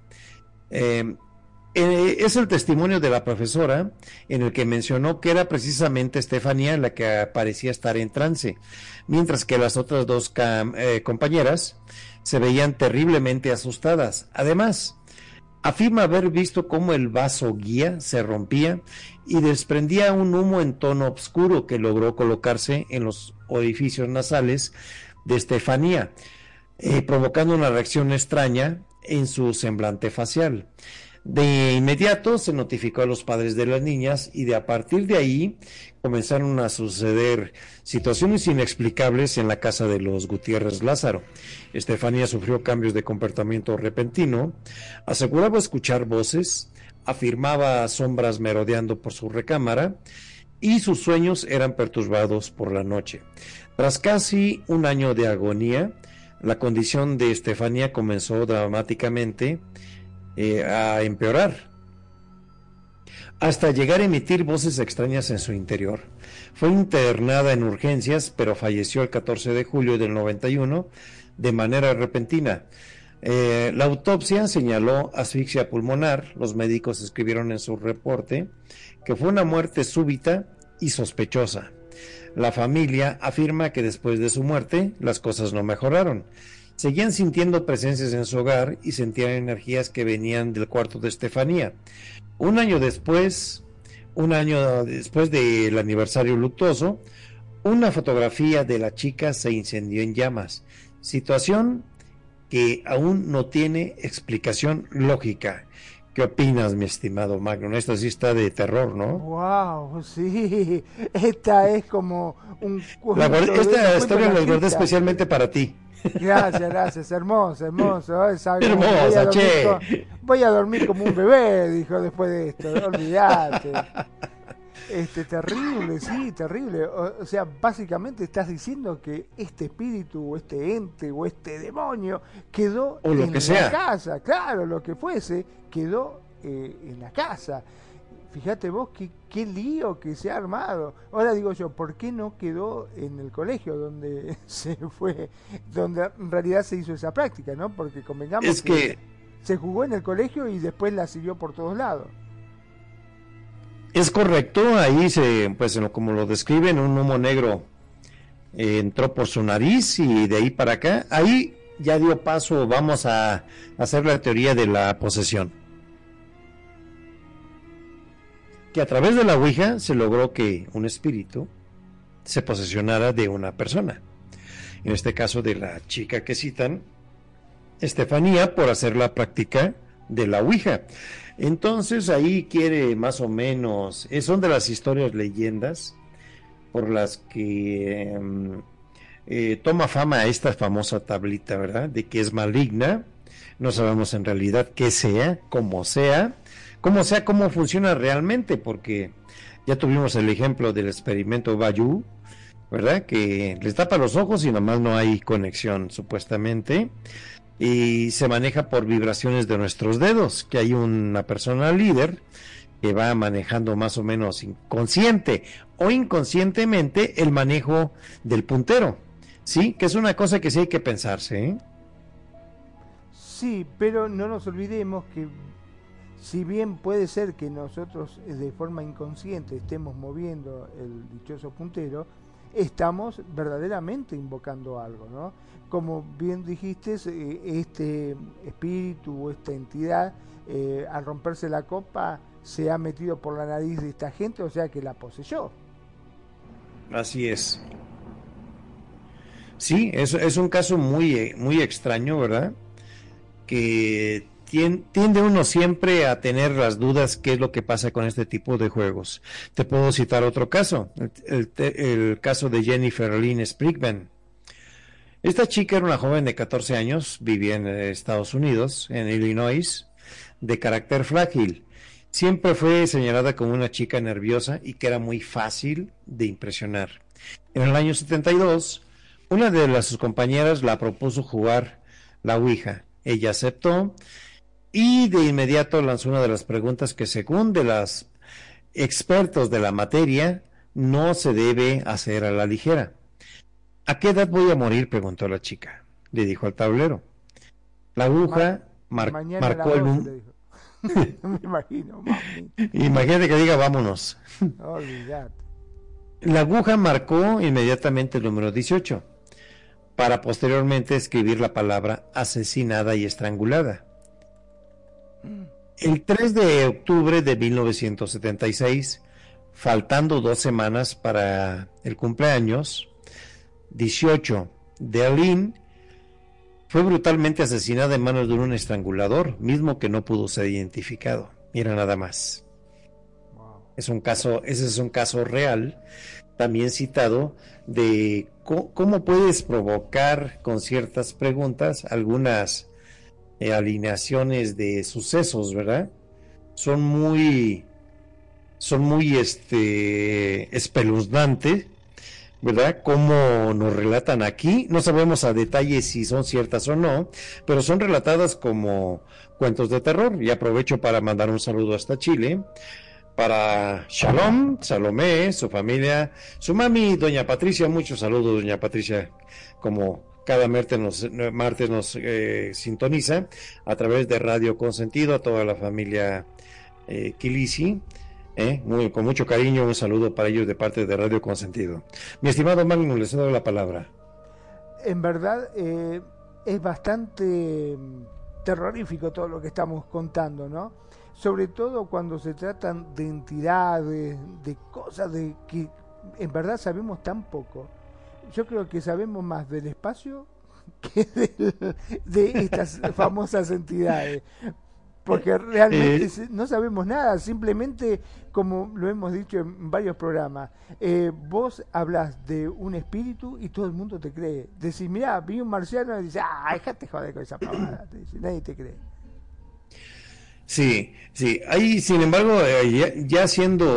Es el testimonio de la profesora, en el que mencionó que era precisamente Estefanía la que parecía estar en trance, mientras que las otras dos compañeras se veían terriblemente asustadas. Además, afirma haber visto cómo el vaso guía se rompía y desprendía un humo en tono oscuro que logró colocarse en los orificios nasales de Estefanía, provocando una reacción extraña en su semblante facial. De inmediato se notificó a los padres de las niñas, y a partir de ahí comenzaron a suceder situaciones inexplicables en la casa de los Gutiérrez Lázaro. Estefanía sufrió cambios de comportamiento repentino, aseguraba escuchar voces, afirmaba sombras merodeando por su recámara, y sus sueños eran perturbados por la noche. Tras casi un año de agonía, la condición de Estefanía comenzó dramáticamente a empeorar, hasta llegar a emitir voces extrañas en su interior. Fue internada en urgencias, pero falleció el 14 de julio del 91 de manera repentina. La autopsia señaló asfixia pulmonar. Los médicos escribieron en su reporte que fue una muerte súbita y sospechosa. La familia afirma que después de su muerte las cosas no mejoraron. Seguían sintiendo presencias en su hogar y sentían energías que venían del cuarto de Estefanía. Un año después un año después del aniversario luctuoso, una fotografía de la chica se incendió en llamas, situación que aún no tiene explicación lógica. ¿Qué opinas, mi estimado Magnum? Esto sí está de terror, ¿no? Wow, sí, esta es como un esta historia la guardé especialmente para ti. Gracias, hermoso. Hermosa, che. Voy a dormir como un bebé, dijo después de esto, olvídate. Terrible, sí, terrible. O sea, básicamente estás diciendo que este espíritu, o este ente, o este demonio quedó o lo en que sea. La casa, claro, lo que fuese, quedó en la casa. Fíjate vos qué lío que se ha armado. Ahora digo yo, ¿por qué no quedó en el colegio donde se fue, donde en realidad se hizo esa práctica, ¿no? Porque convengamos que se jugó en el colegio y después la siguió por todos lados. Es correcto, ahí pues como lo describen, un humo negro entró por su nariz y de ahí para acá, ahí ya dio paso, vamos a hacer la teoría de la posesión. Que a través de la Ouija se logró que un espíritu se posesionara de una persona. En este caso de la chica que citan, Estefanía, por hacer la práctica de la Ouija. Entonces ahí quiere más o menos, son de las historias leyendas por las que toma fama esta famosa tablita, ¿verdad? De que es maligna, no sabemos en realidad qué sea, cómo funciona realmente, porque ya tuvimos el ejemplo del experimento Bayou, ¿verdad? Que les tapa los ojos y nomás no hay conexión, supuestamente. Y se maneja por vibraciones de nuestros dedos, que hay una persona líder que va manejando más o menos inconsciente o inconscientemente el manejo del puntero, ¿sí? Que es una cosa que sí hay que pensarse, ¿eh? Sí, pero no nos olvidemos que si bien puede ser que nosotros de forma inconsciente estemos moviendo el dichoso puntero, estamos verdaderamente invocando algo, ¿no? Como bien dijiste, este espíritu o esta entidad, al romperse la copa, se ha metido por la nariz de esta gente, o sea que la poseyó. Así es. Sí, es un caso muy, muy extraño, ¿verdad? Que tiende uno siempre a tener las dudas qué es lo que pasa con este tipo de juegos. Te puedo citar otro caso, el caso de Jennifer Lynn Sprigman. Esta chica era una joven de 14 años, vivía en Estados Unidos, en Illinois, de carácter frágil. Siempre fue señalada como una chica nerviosa y que era muy fácil de impresionar. En el año 72, una de sus compañeras la propuso jugar la Ouija. Ella aceptó y de inmediato lanzó una de las preguntas que, según de los expertos de la materia, no se debe hacer a la ligera. ¿A qué edad voy a morir?, preguntó la chica. Le dijo al tablero. La aguja marcó el número. Me imagino, mami. Imagínate que diga vámonos. Olvídate. La aguja marcó inmediatamente el número 18, para posteriormente escribir la palabra asesinada y estrangulada. El 3 de octubre de 1976, faltando 2 semanas para el cumpleaños 18 de Aline, fue brutalmente asesinada en manos de un estrangulador, mismo que no pudo ser identificado. Mira nada más. Ese es un caso real, también citado, de cómo puedes provocar con ciertas preguntas algunas alineaciones de sucesos, ¿verdad? Son muy espeluznantes, ¿verdad? Como nos relatan aquí, no sabemos a detalle si son ciertas o no, pero son relatadas como cuentos de terror. Y aprovecho para mandar un saludo hasta Chile, para Shalom, Salomé, su familia, su mami, doña Patricia. Muchos saludos, doña Patricia, como cada martes nos sintoniza a través de Radio Consentido, a toda la familia Quilisi. Con mucho cariño, un saludo para ellos de parte de Radio Consentido. Mi estimado Magnum, les doy la palabra. En verdad es bastante terrorífico todo lo que estamos contando, ¿no? sobre todo cuando se tratan de entidades, de cosas de que en verdad sabemos tan poco. Yo creo que sabemos más del espacio que de estas famosas entidades. Porque realmente no sabemos nada, simplemente, como lo hemos dicho en varios programas, vos hablas de un espíritu y todo el mundo te cree. Decís, mirá, vi un marciano y dices, déjate joder con esa pavada, te dice, nadie te cree. Sí, sí. Hay, sin embargo, ya haciendo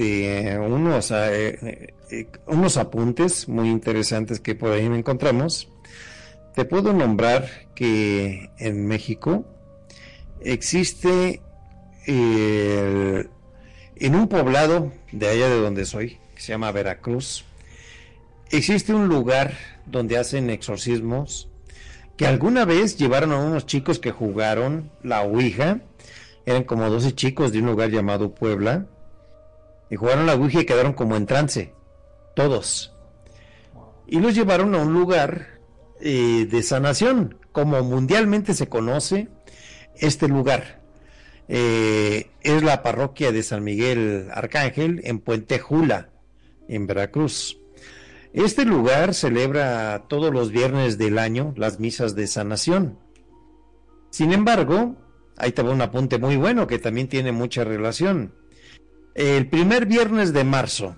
unos apuntes muy interesantes que por ahí encontramos, te puedo nombrar que en México existe en un poblado de allá de donde soy, que se llama Veracruz, existe un lugar donde hacen exorcismos, que alguna vez llevaron a unos chicos que jugaron la Ouija, eran como 12 chicos de un lugar llamado Puebla, y jugaron la Ouija y quedaron como en trance, todos, y los llevaron a un lugar de sanación, como mundialmente se conoce este lugar. Es la parroquia de San Miguel Arcángel en Puente Jula, en Veracruz. Este lugar celebra todos los viernes del año las misas de sanación. Sin embargo, ahí te va un apunte muy bueno que también tiene mucha relación. El primer viernes de marzo,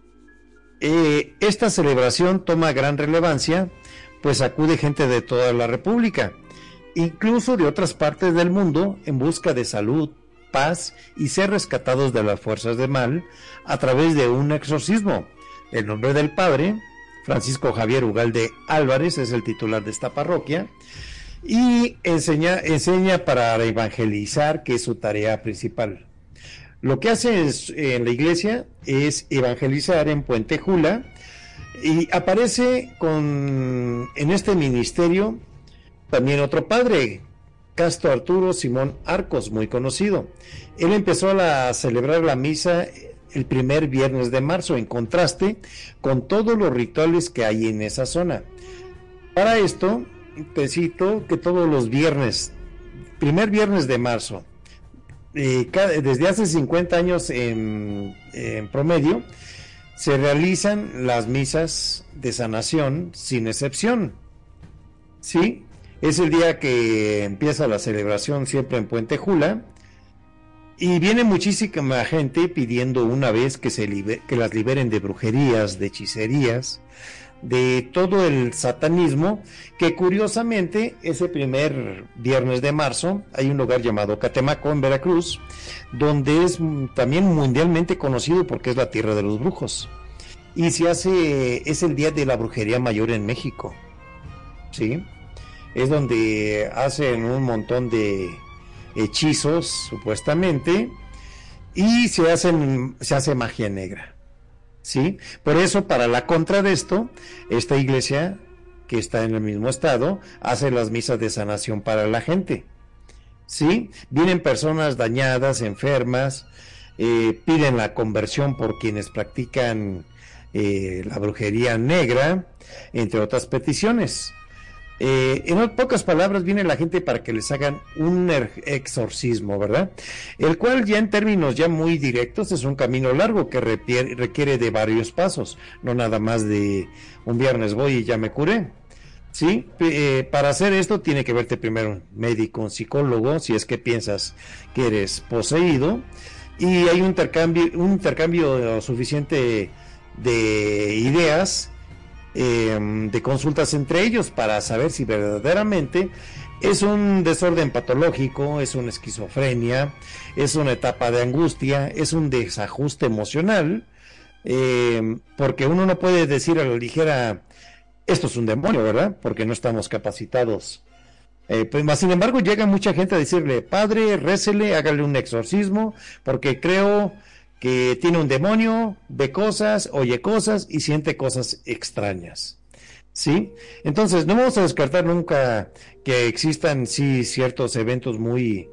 esta celebración toma gran relevancia, pues acude gente de toda la República, incluso de otras partes del mundo, en busca de salud, paz y ser rescatados de las fuerzas del mal a través de un exorcismo. El nombre del padre, Francisco Javier Ugalde Álvarez, es el titular de esta parroquia, y enseña para evangelizar, que es su tarea principal. Lo que hace en la iglesia es evangelizar en Puente Jula, y aparece en este ministerio también otro padre, Castro Arturo Simón Arcos, muy conocido. Él empezó a celebrar la misa el primer viernes de marzo, en contraste con todos los rituales que hay en esa zona. Para esto, te cito que todos los viernes, primer viernes de marzo, desde hace 50 años en promedio, se realizan las misas de sanación sin excepción. ¿Sí? Es el día que empieza la celebración, siempre en Puente Jula, y viene muchísima gente pidiendo una vez que las liberen de brujerías, de hechicerías, de todo el satanismo, que curiosamente ese primer viernes de marzo hay un lugar llamado Catemaco en Veracruz, donde es también mundialmente conocido porque es la tierra de los brujos, y es el día de la brujería mayor en México, ¿sí? Es donde hacen un montón de hechizos, supuestamente, y se hace magia negra, ¿sí? Por eso, para la contra de esto, esta iglesia, que está en el mismo estado, hace las misas de sanación para la gente, ¿sí? Vienen personas dañadas, enfermas, piden la conversión por quienes practican la brujería negra, entre otras peticiones. En pocas palabras, viene la gente para que les hagan un exorcismo, ¿verdad? El cual, ya en términos ya muy directos, es un camino largo que requiere de varios pasos, no nada más de un viernes voy y ya me curé, ¿sí? Para hacer esto tiene que verte primero un médico, un psicólogo, si es que piensas que eres poseído, y hay un intercambio suficiente de ideas, de consultas entre ellos, para saber si verdaderamente es un desorden patológico, es una esquizofrenia, es una etapa de angustia, es un desajuste emocional, porque uno no puede decir a la ligera esto es un demonio, ¿verdad? Porque no estamos capacitados. Pues, sin embargo, llega mucha gente a decirle, padre, récele, hágale un exorcismo, porque creo que tiene un demonio, ve cosas, oye cosas y siente cosas extrañas, ¿sí? Entonces, no vamos a descartar nunca que existan, sí, ciertos eventos muy,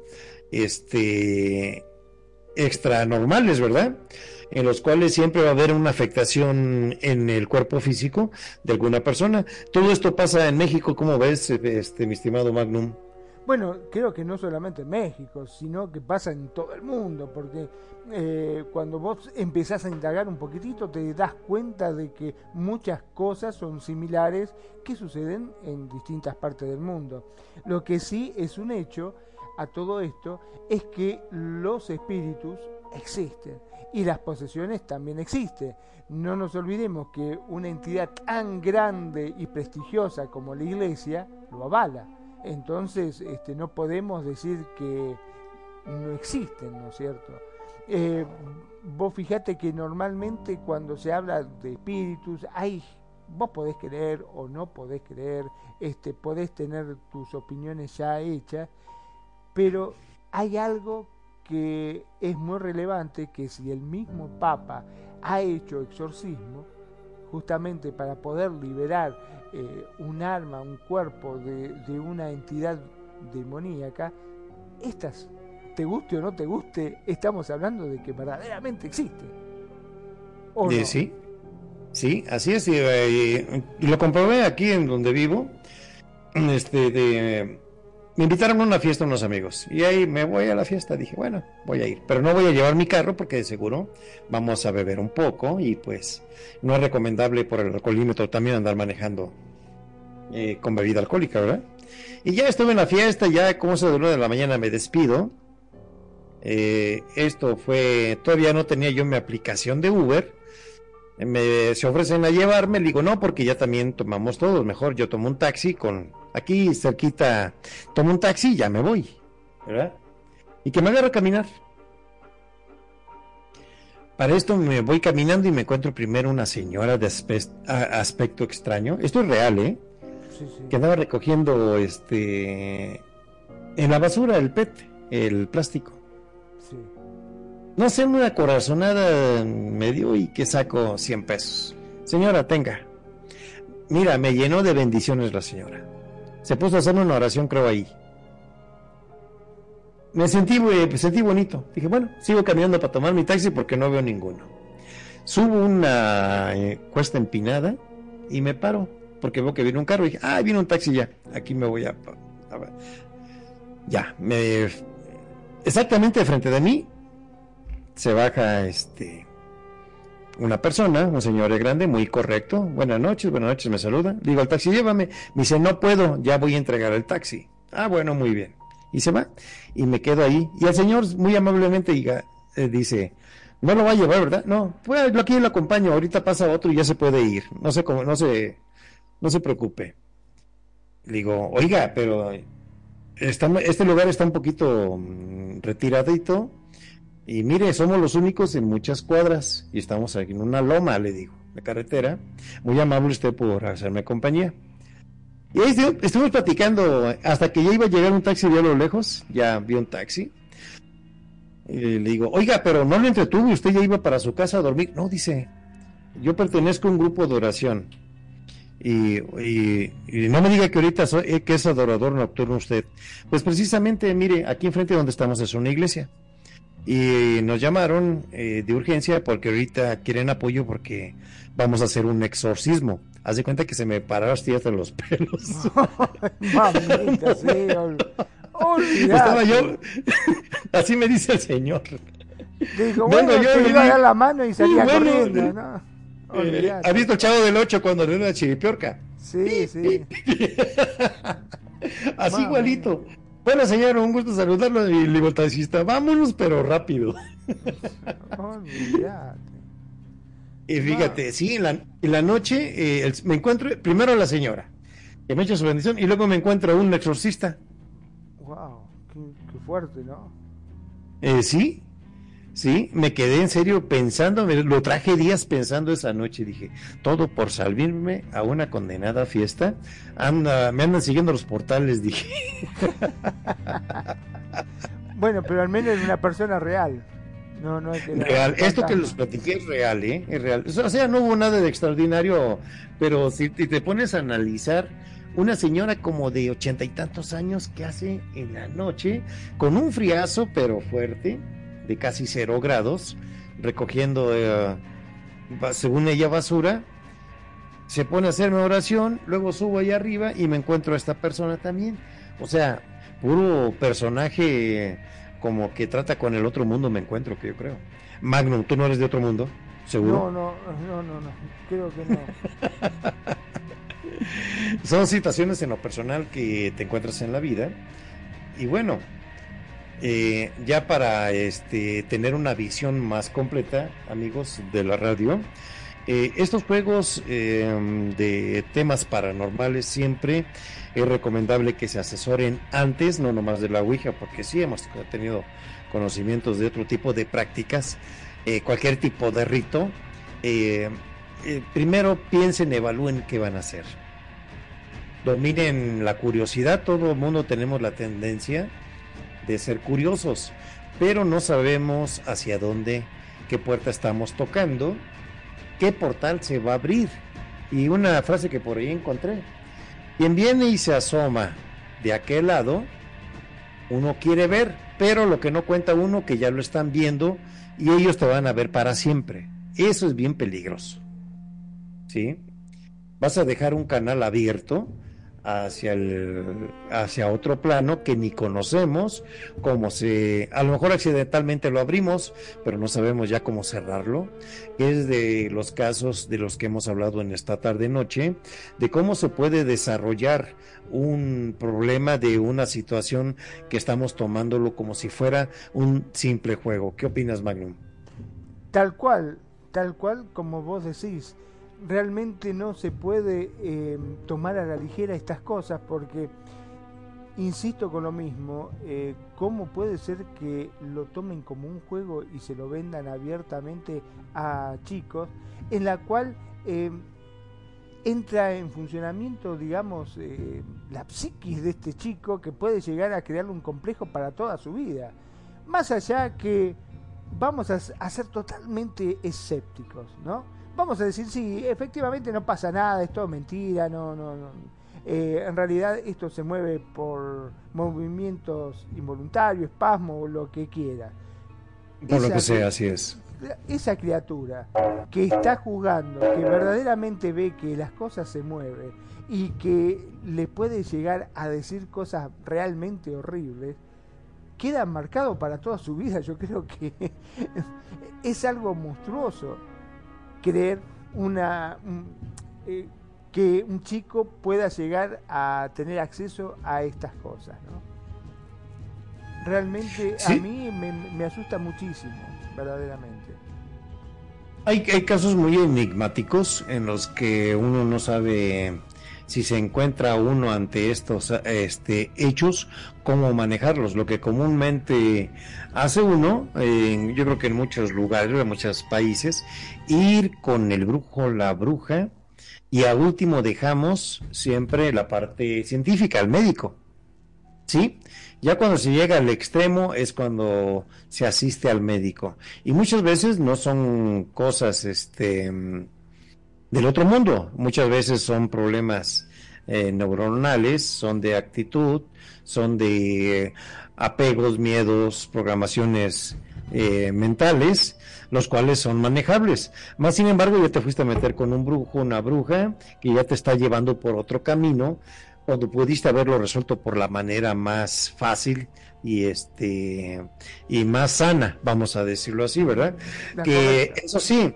extranormales, ¿verdad? En los cuales siempre va a haber una afectación en el cuerpo físico de alguna persona. Todo esto pasa en México, ¿cómo ves, mi estimado Magnum? Bueno, creo que no solamente en México, sino que pasa en todo el mundo, porque cuando vos empezás a indagar un poquitito te das cuenta de que muchas cosas son similares que suceden en distintas partes del mundo. Lo que sí es un hecho a todo esto es que los espíritus existen y las posesiones también existen. No nos olvidemos que una entidad tan grande y prestigiosa como la Iglesia lo avala. Entonces no podemos decir que no existen, ¿no es cierto? Vos fijate que normalmente cuando se habla de espíritus, vos podés creer o no podés creer, podés tener tus opiniones ya hechas, pero hay algo que es muy relevante, que si el mismo Papa ha hecho exorcismo, justamente para poder liberar un alma, un cuerpo de una entidad demoníaca, estas, te guste o no te guste, estamos hablando de que verdaderamente existe. ¿O no? Sí, así es. Y lo comprobé aquí en donde vivo. Me invitaron a una fiesta unos amigos y ahí me voy a la fiesta. Dije, bueno, voy a ir, pero no voy a llevar mi carro porque de seguro vamos a beber un poco y pues no es recomendable por el alcoholímetro también andar manejando con bebida alcohólica, ¿verdad? Y ya estuve en la fiesta, ya como se de 1 de la mañana me despido. Esto fue, todavía no tenía yo mi aplicación de Uber. Se ofrecen a llevarme, le digo no, porque ya también tomamos todos, mejor yo tomo un taxi aquí cerquita, tomo un taxi y ya me voy, ¿verdad? Y que me agarro a caminar. Para esto me voy caminando y me encuentro primero una señora de aspecto extraño. Esto es real, Sí. Que andaba recogiendo en la basura el PET, el plástico. Sí. No sé, una corazonada me dio y que saco 100 pesos. Señora, tenga. Mira, me llenó de bendiciones la señora. Se puso a hacer una oración, creo, ahí. Me sentí bonito. Dije, bueno, sigo caminando para tomar mi taxi porque no veo ninguno. Subo una cuesta empinada y me paro porque veo que viene un carro. Y dije, viene un taxi ya. Aquí me voy a ver. Ya, exactamente de frente de mí se baja una persona, un señor grande, muy correcto. Buenas noches, me saluda. Digo, al taxi, llévame. Me dice, no puedo, ya voy a entregar el taxi. Bueno, muy bien. Y se va, y me quedo ahí. Y el señor muy amablemente dice, no lo va a llevar, ¿verdad? No, pues aquí lo acompaño, ahorita pasa otro y ya se puede ir. No sé cómo, no se preocupe. Le digo, oiga, pero este lugar está un poquito retiradito. Y mire, somos los únicos en muchas cuadras y estamos aquí en una loma, le digo, de carretera. Muy amable usted por hacerme compañía. Y ahí estuvimos platicando hasta que ya iba a llegar un taxi de a lo lejos, ya vi un taxi. Y le digo, oiga, pero no lo entretuve, usted ya iba para su casa a dormir. No, dice, yo pertenezco a un grupo de oración. Y no me diga que ahorita que es adorador nocturno usted. Pues precisamente, mire, aquí enfrente donde estamos es una iglesia. Y nos llamaron de urgencia porque ahorita quieren apoyo porque vamos a hacer un exorcismo. Haz de cuenta que se me pararon hasta los pelos. Mamita, sí, estaba yo, así me dice el señor. Dijo, bueno, yo te iba a dar la mano y salía corriendo, ¿no? ¿Has visto el Chavo del 8 cuando le dio una chiripiorca? Sí. Así igualito. Bueno, señor, un gusto saludarlo. Y le digo al taxista, vámonos, pero rápido. Olvídate. Y fíjate, sí, en la noche me encuentro primero a la señora, que me echa su bendición, y luego me encuentro a un exorcista. Wow, qué fuerte, ¿no? Sí, me quedé en serio pensando, lo traje días pensando esa noche, dije, todo por salvarme a una condenada fiesta, me andan siguiendo los portales, dije. Bueno, pero al menos es una persona real. No es que real, esto que los platiqué es real, es real. O sea, no hubo nada de extraordinario, pero si te pones a analizar, una señora como de 80 y tantos años que hace en la noche, con un friazo pero fuerte, de casi 0 grados, recogiendo, según ella, basura, se pone a hacerme oración, luego subo allá arriba y me encuentro a esta persona también. O sea, Puro personaje como que trata con el otro mundo me encuentro, que yo creo. Magnum, ¿tú no eres de otro mundo? ¿Seguro? No, creo que no. Son situaciones en lo personal que te encuentras en la vida. Y bueno, ya para tener una visión más completa, amigos de la radio, estos juegos de temas paranormales siempre es recomendable que se asesoren antes, no nomás de la Ouija, porque sí hemos tenido conocimientos de otro tipo de prácticas, cualquier tipo de rito. Primero piensen, evalúen qué van a hacer. Dominen la curiosidad. Todo el mundo tenemos la tendencia de ser curiosos, pero no sabemos hacia dónde, qué puerta estamos tocando, qué portal se va a abrir. Y una frase que por ahí encontré: quien viene y se asoma de aquel lado, uno quiere ver, pero lo que no cuenta uno, que ya lo están viendo y ellos te van a ver para siempre. Eso es bien peligroso, ¿sí? Vas a dejar un canal abierto hacia otro plano que ni conocemos, a lo mejor accidentalmente lo abrimos, pero no sabemos ya cómo cerrarlo. Es de los casos de los que hemos hablado en esta tarde noche, de cómo se puede desarrollar un problema de una situación que estamos tomándolo como si fuera un simple juego. ¿Qué opinas, Magnum? Tal cual como vos decís. Realmente no se puede tomar a la ligera estas cosas, porque insisto con lo mismo, ¿cómo puede ser que lo tomen como un juego y se lo vendan abiertamente a chicos, en la cual entra en funcionamiento, digamos, la psiquis de este chico, que puede llegar a crearle un complejo para toda su vida? Más allá que vamos a ser totalmente escépticos, ¿no? Vamos a decir, sí, efectivamente no pasa nada, es todo mentira, no. En realidad esto se mueve por movimientos involuntarios, espasmos o lo que quiera. Por lo que sea, así es. Esa criatura que está jugando, que verdaderamente ve que las cosas se mueven y que le puede llegar a decir cosas realmente horribles, queda marcado para toda su vida. Yo creo que es algo monstruoso creer que un chico pueda llegar a tener acceso a estas cosas, ¿no? Realmente sí. A mí me asusta muchísimo, verdaderamente. Hay casos muy enigmáticos en los que uno no sabe si se encuentra uno ante estos hechos, cómo manejarlos. Lo que comúnmente hace uno, yo creo que en muchos lugares, en muchos países, ir con el brujo, la bruja, y a último dejamos siempre la parte científica, el médico, ¿sí? Ya cuando se llega al extremo es cuando se asiste al médico, y muchas veces no son cosas del otro mundo. Muchas veces son problemas neuronales, son de actitud, son de apegos, miedos, programaciones mentales, los cuales son manejables. Más sin embargo, ya te fuiste a meter con un brujo, una bruja, que ya te está llevando por otro camino, cuando pudiste haberlo resuelto por la manera más fácil y más sana, vamos a decirlo así, ¿verdad? Que eso sí,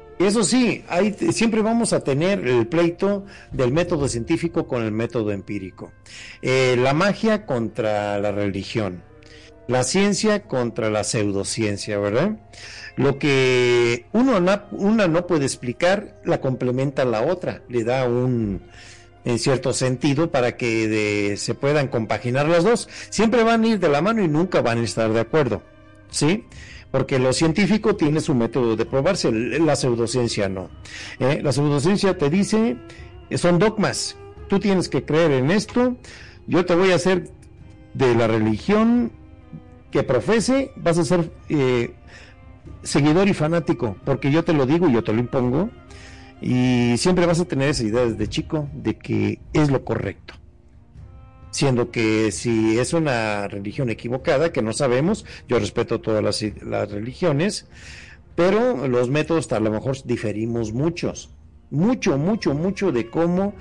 siempre vamos a tener el pleito del método científico con el método empírico. La magia contra la religión. La ciencia contra la pseudociencia, ¿verdad? Lo que una no puede explicar, la complementa la otra, le da en cierto sentido para que se puedan compaginar las dos. Siempre van a ir de la mano y nunca van a estar de acuerdo, ¿sí? Porque lo científico tiene su método de probarse, la pseudociencia no. La pseudociencia te dice, son dogmas, tú tienes que creer en esto, yo te voy a hacer de la religión que profese, vas a ser seguidor y fanático, porque yo te lo digo y yo te lo impongo, y siempre vas a tener esa idea desde chico de que es lo correcto. Siendo que si es una religión equivocada, que no sabemos, yo respeto todas las religiones, pero los métodos a lo mejor diferimos mucho de cómo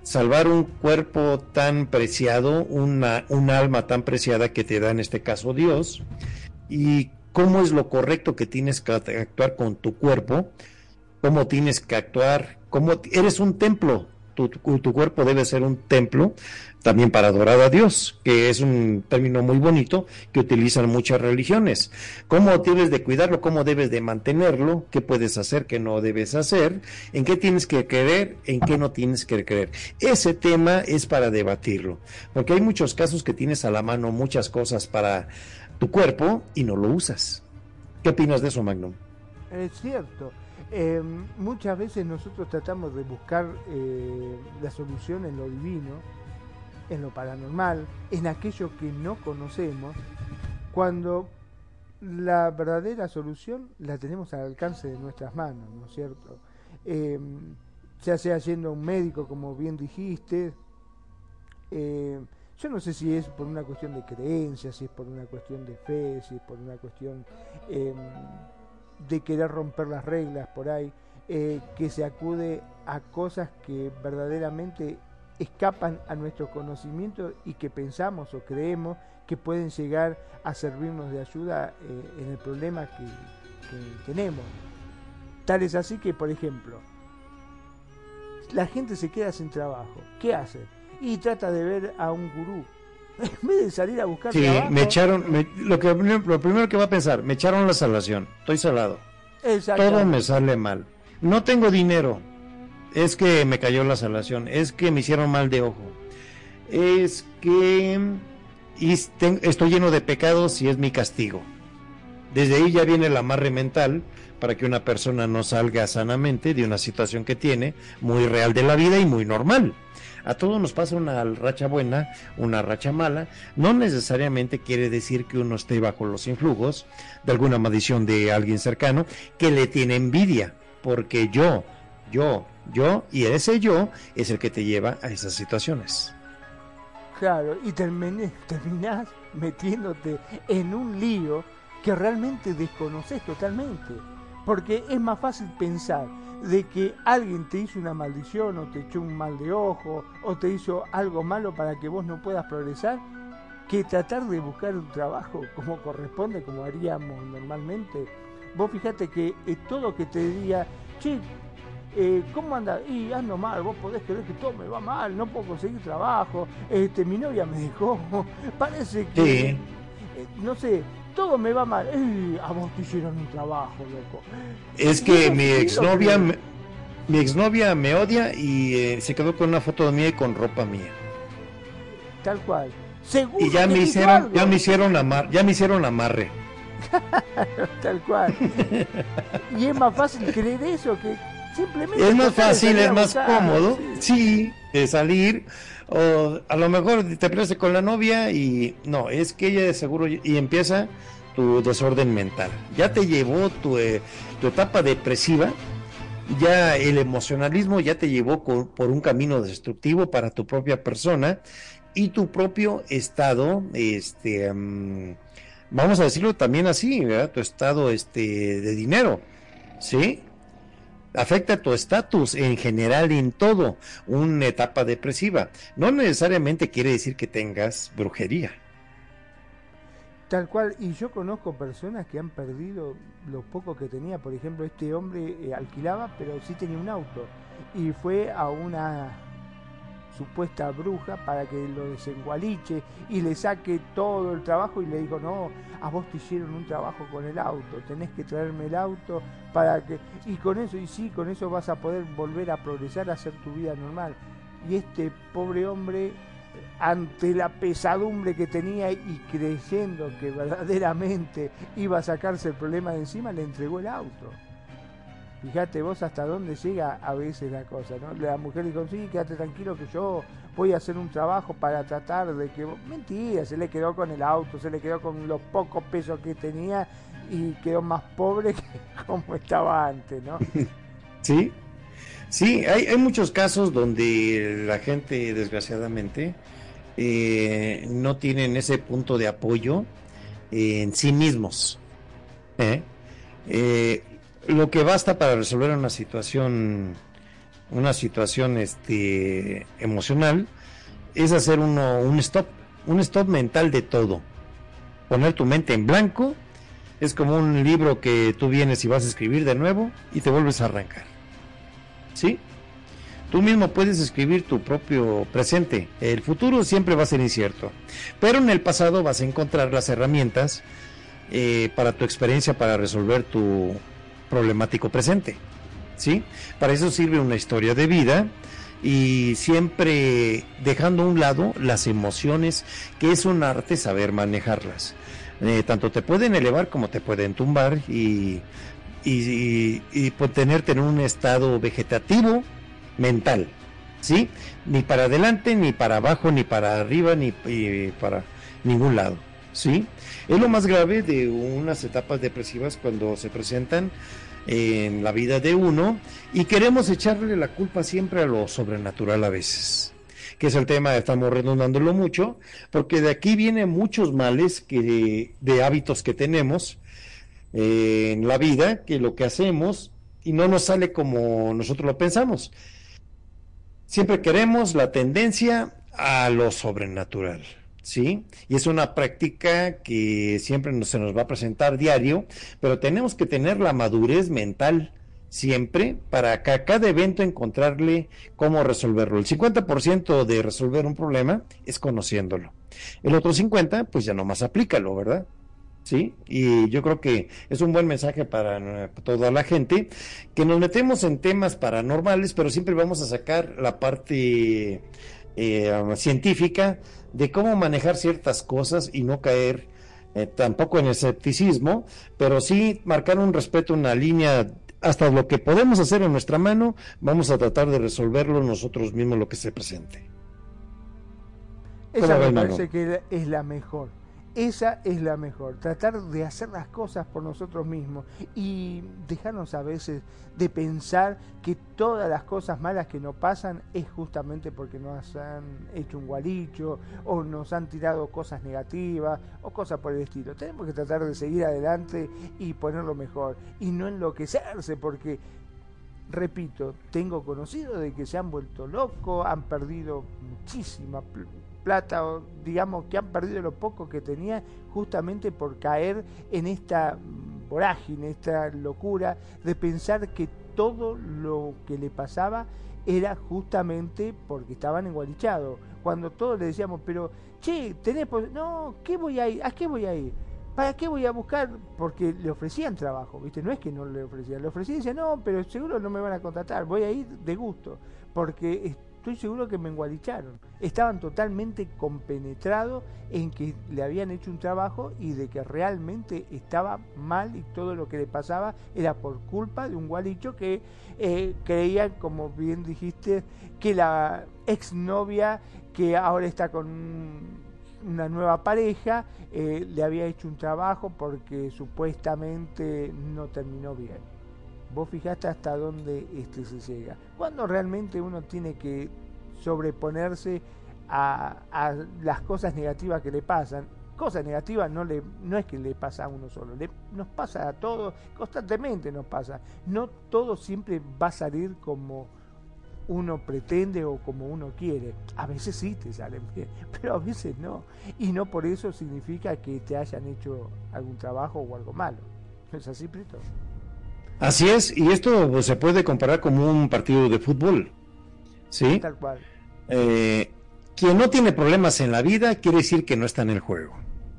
salvar un cuerpo tan preciado, un alma tan preciada que te da en este caso Dios, y cómo es lo correcto que tienes que actuar con tu cuerpo, cómo tienes que actuar, cómo eres un templo, tu cuerpo debe ser un templo también para adorar a Dios, que es un término muy bonito que utilizan muchas religiones. Cómo debes de cuidarlo, cómo debes de mantenerlo, qué puedes hacer, qué no debes hacer, en qué tienes que creer, en qué no tienes que creer. Ese tema es para debatirlo, porque hay muchos casos que tienes a la mano muchas cosas para tu cuerpo y no lo usas. ¿Qué opinas de eso, Magnum? Es cierto. Muchas veces nosotros tratamos de buscar la solución en lo divino, en lo paranormal, en aquello que no conocemos, cuando la verdadera solución la tenemos al alcance de nuestras manos, ¿no es cierto? Ya sea yendo a un médico, como bien dijiste, yo no sé si es por una cuestión de creencia, si es por una cuestión de fe, si es por una cuestión de querer romper las reglas por ahí, que se acude a cosas que verdaderamente escapan a nuestro conocimiento y que pensamos o creemos que pueden llegar a servirnos de ayuda en el problema que tenemos. Tal es así que, por ejemplo, la gente se queda sin trabajo. ¿Qué hace? Y trata de ver a un gurú. En vez de salir a buscar trabajo... Sí, me echaron... lo primero que va a pensar, me echaron la salación. Estoy salado. Todo me sale mal. No tengo dinero. Es que me cayó la salación. Es que me hicieron mal de ojo. Es que... estoy lleno de pecados y es mi castigo. Desde ahí ya viene el amarre mental para que una persona no salga sanamente de una situación que tiene muy real de la vida y muy normal. A todos nos pasa una racha buena, una racha mala. No necesariamente quiere decir que uno esté bajo los influjos de alguna maldición de alguien cercano que le tiene envidia, porque yo, y ese yo es el que te lleva a esas situaciones. Claro, y terminás metiéndote en un lío que realmente desconoces totalmente, porque es más fácil pensar de que alguien te hizo una maldición o te echó un mal de ojo o te hizo algo malo para que vos no puedas progresar, que tratar de buscar un trabajo como corresponde, como haríamos normalmente. Vos fijate que todo que te diría, che, ¿cómo andás? Y ando mal, vos podés creer que todo me va mal, no puedo conseguir trabajo, mi novia me dejó, parece que, no sé, todo me va mal. A vos te hicieron un trabajo, loco. Es que mi exnovia me odia y se quedó con una foto de mí y con ropa mía. Tal cual. ¿Seguro? Y ya me hicieron amarre. Tal cual. Y es más fácil creer eso que simplemente... Es más fácil, es más cómodo, sí, de salir, o a lo mejor te peleas con la novia y no, es que ella de seguro, y empieza tu desorden mental. Ya te llevó tu etapa depresiva, ya el emocionalismo ya te llevó por un camino destructivo para tu propia persona y tu propio estado, vamos a decirlo también así, ¿verdad? Tu estado de dinero, ¿sí? Afecta tu estatus en general, en todo. Una etapa depresiva no necesariamente quiere decir que tengas brujería. Tal cual, y yo conozco personas que han perdido lo poco que tenía. Por ejemplo, este hombre alquilaba, pero sí tenía un auto, y fue a una supuesta bruja para que lo desengualiche y le saque todo el trabajo, y le dijo, no, a vos te hicieron un trabajo con el auto, tenés que traerme el auto para que... Y con eso vas a poder volver a progresar, a hacer tu vida normal. Y este pobre hombre, ante la pesadumbre que tenía y creyendo que verdaderamente iba a sacarse el problema de encima, le entregó el auto. Fíjate vos hasta dónde llega a veces la cosa, ¿no? La mujer dijo, sí, quédate tranquilo que yo voy a hacer un trabajo para tratar de que... Mentira, se le quedó con el auto, se le quedó con los pocos pesos que tenía y quedó más pobre que como estaba antes, ¿no? Sí, sí, hay muchos casos donde la gente, desgraciadamente, no tienen ese punto de apoyo en sí mismos. Lo que basta para resolver una situación una situación emocional, es hacer un stop mental de todo. Poner tu mente en blanco, es como un libro que tú vienes y vas a escribir de nuevo y te vuelves a arrancar. ¿Sí? Tú mismo puedes escribir tu propio presente. El futuro siempre va a ser incierto, pero en el pasado vas a encontrar las herramientas para tu experiencia, para resolver tu problemático presente. ¿Sí? Para eso sirve una historia de vida, y siempre dejando a un lado las emociones, que es un arte saber manejarlas. Tanto te pueden elevar como te pueden tumbar y tenerte en un estado vegetativo mental, ¿sí? Ni para adelante, ni para abajo, ni para arriba, ni para ningún lado, ¿sí? Es lo más grave de unas etapas depresivas cuando se presentan en la vida de uno, y queremos echarle la culpa siempre a lo sobrenatural a veces, que es el tema, estamos redundándolo mucho, porque de aquí vienen muchos males de hábitos que tenemos en la vida, que lo que hacemos y no nos sale como nosotros lo pensamos. Siempre queremos la tendencia a lo sobrenatural, ¿sí? Y es una práctica que siempre se nos va a presentar diario, pero tenemos que tener la madurez mental siempre para que a cada evento encontrarle cómo resolverlo. El 50% de resolver un problema es conociéndolo. El otro 50%, pues ya nomás aplícalo, ¿verdad? ¿Sí? Y yo creo que es un buen mensaje para toda la gente, que nos metemos en temas paranormales, pero siempre vamos a sacar la parte científica de cómo manejar ciertas cosas y no caer tampoco en escepticismo, pero sí marcar un respeto, una línea, hasta lo que podemos hacer en nuestra mano, vamos a tratar de resolverlo nosotros mismos lo que se presente. Esa me parece que es la mejor. Esa es la mejor, tratar de hacer las cosas por nosotros mismos y dejarnos a veces de pensar que todas las cosas malas que nos pasan es justamente porque nos han hecho un gualicho o nos han tirado cosas negativas o cosas por el estilo. Tenemos que tratar de seguir adelante y ponerlo mejor y no enloquecerse, porque repito, tengo conocido de que se han vuelto locos, han perdido muchísima plata, o digamos que han perdido lo poco que tenían justamente por caer en esta vorágine, esta locura de pensar que todo lo que le pasaba era justamente porque estaban engualichados, cuando todos le decíamos, pero che, no, ¿qué voy a ir? ¿A qué voy a ir? ¿Para qué voy a buscar? Porque le ofrecían trabajo, ¿viste? No es que no le ofrecían, le ofrecían y decían, no, pero seguro no me van a contratar, voy a ir de gusto, porque estoy seguro que me engualicharon. Estaban totalmente compenetrados en que le habían hecho un trabajo y de que realmente estaba mal y todo lo que le pasaba era por culpa de un gualicho que creían, como bien dijiste, que la exnovia, que ahora está con una nueva pareja, le había hecho un trabajo porque supuestamente no terminó bien. Vos fijaste hasta dónde se llega. Cuando realmente uno tiene que sobreponerse a las cosas negativas que le pasan. Cosas negativas no es que le pasa a uno solo, nos pasa a todos, constantemente nos pasa. No todo siempre va a salir como uno pretende o como uno quiere. A veces sí te salen bien, pero a veces no. Y no por eso significa que te hayan hecho algún trabajo o algo malo. ¿No es así, Prito? Así es, y esto pues, se puede comparar como un partido de fútbol, ¿sí? Tal cual. Quien no tiene problemas en la vida quiere decir que no está en el juego.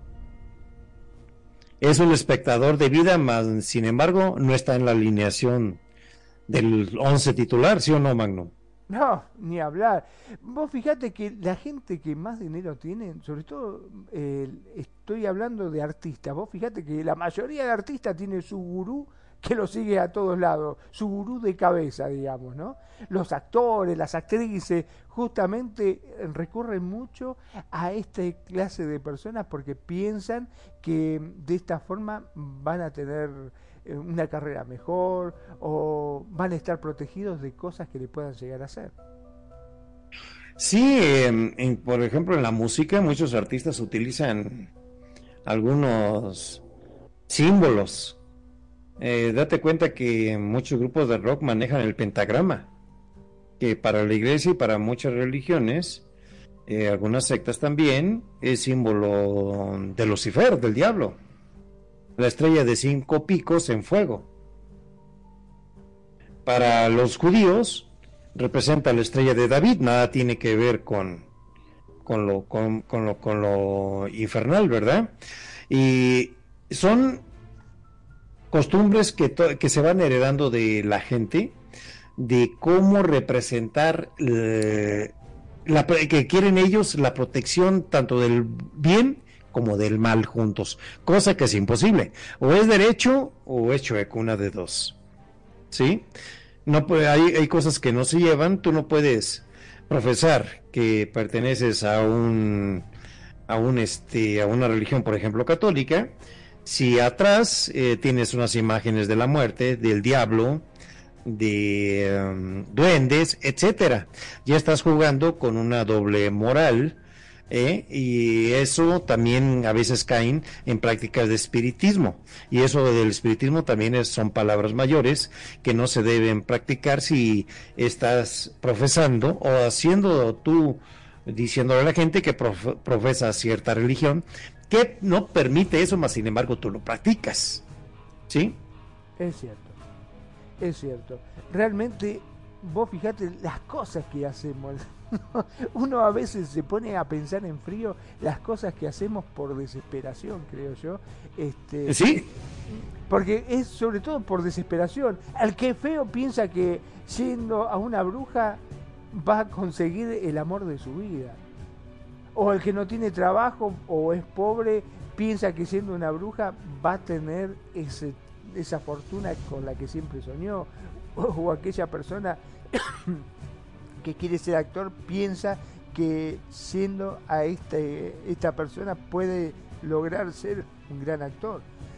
Es un espectador de vida, mas sin embargo no está en la alineación del 11 titular, ¿sí o no, Magno? No, ni hablar. Vos fijate que la gente que más dinero tiene, sobre todo estoy hablando de artistas, vos fijate que la mayoría de artistas tiene su gurú que lo sigue a todos lados, su gurú de cabeza, digamos, ¿no? Los actores, las actrices, justamente recurren mucho a esta clase de personas porque piensan que de esta forma van a tener una carrera mejor o van a estar protegidos de cosas que le puedan llegar a hacer. Sí, por ejemplo en la música muchos artistas utilizan algunos símbolos. Date cuenta que muchos grupos de rock manejan el pentagrama, que para la iglesia y para muchas religiones, algunas sectas también, es símbolo de Lucifer, del diablo, la estrella de 5 picos en fuego. Para los judíos representa la estrella de David, nada tiene que ver con lo infernal, ¿verdad? Y son costumbres que se van heredando de la gente, de cómo representar que quieren ellos la protección tanto del bien como del mal juntos, cosa que es imposible, o es derecho o es chueco, una de dos, ¿sí? No puede, hay cosas que no se llevan. Tú no puedes profesar que perteneces a una religión, por ejemplo, católica, si atrás tienes unas imágenes de la muerte, del diablo, de duendes, etcétera. Ya estás jugando con una doble moral, y eso también a veces caen en prácticas de espiritismo, y eso del espiritismo también son palabras mayores que no se deben practicar si estás profesando o haciendo tú, diciéndole a la gente que profesa cierta religión que no permite eso, mas sin embargo tú lo practicas, ¿sí? Es cierto. Realmente, vos fijate las cosas que hacemos. Uno a veces se pone a pensar en frío las cosas que hacemos por desesperación, creo yo. Sí. Porque es sobre todo por desesperación. El que es feo piensa que yendo a una bruja va a conseguir el amor de su vida. O el que no tiene trabajo o es pobre piensa que siendo una bruja va a tener esa fortuna con la que siempre soñó. O aquella persona que quiere ser actor piensa que siendo a esta persona puede lograr ser un gran actor.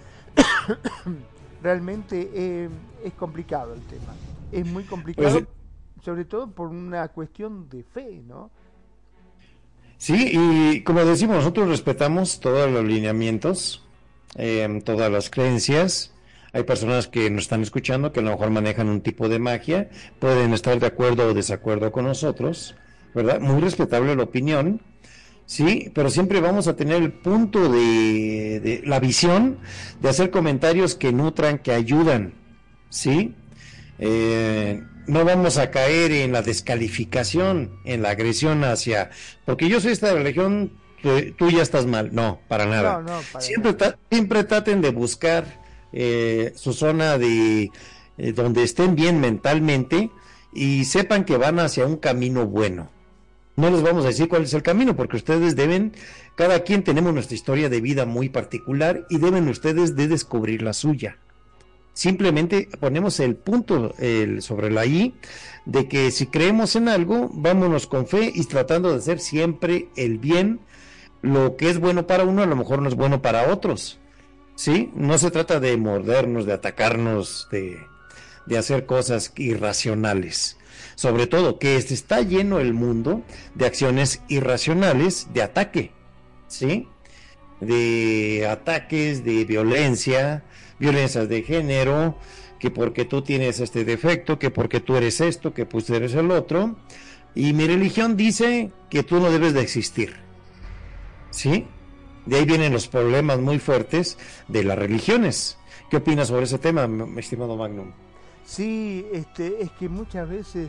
Realmente es complicado el tema. Es muy complicado, pues, sobre todo por una cuestión de fe, ¿no? Sí, y como decimos, nosotros respetamos todos los lineamientos, todas las creencias. Hay personas que nos están escuchando que a lo mejor manejan un tipo de magia, pueden estar de acuerdo o desacuerdo con nosotros, ¿verdad? Muy respetable la opinión, sí, pero siempre vamos a tener el punto de la visión de hacer comentarios que nutran, que ayudan, ¿sí? No vamos a caer en la descalificación, en la agresión porque yo soy esta religión, tú ya estás mal. No, para nada. No, siempre traten de buscar su zona de donde estén bien mentalmente y sepan que van hacia un camino bueno. No les vamos a decir cuál es el camino, porque ustedes cada quien tenemos nuestra historia de vida muy particular y deben ustedes de descubrir la suya. Simplemente ponemos el punto sobre la I de que si creemos en algo, vámonos con fe y tratando de hacer siempre el bien. Lo que es bueno para uno a lo mejor no es bueno para otros, ¿sí? No se trata de mordernos, de atacarnos, de hacer cosas irracionales. Sobre todo que está lleno el mundo de acciones irracionales de ataque, ¿sí? De ataques, de violencias de género, que porque tú tienes este defecto, que porque tú eres esto, que pues eres el otro, y mi religión dice que tú no debes de existir, ¿sí? De ahí vienen los problemas muy fuertes de las religiones. ¿Qué opinas sobre ese tema, mi estimado Magnum? Sí, es que muchas veces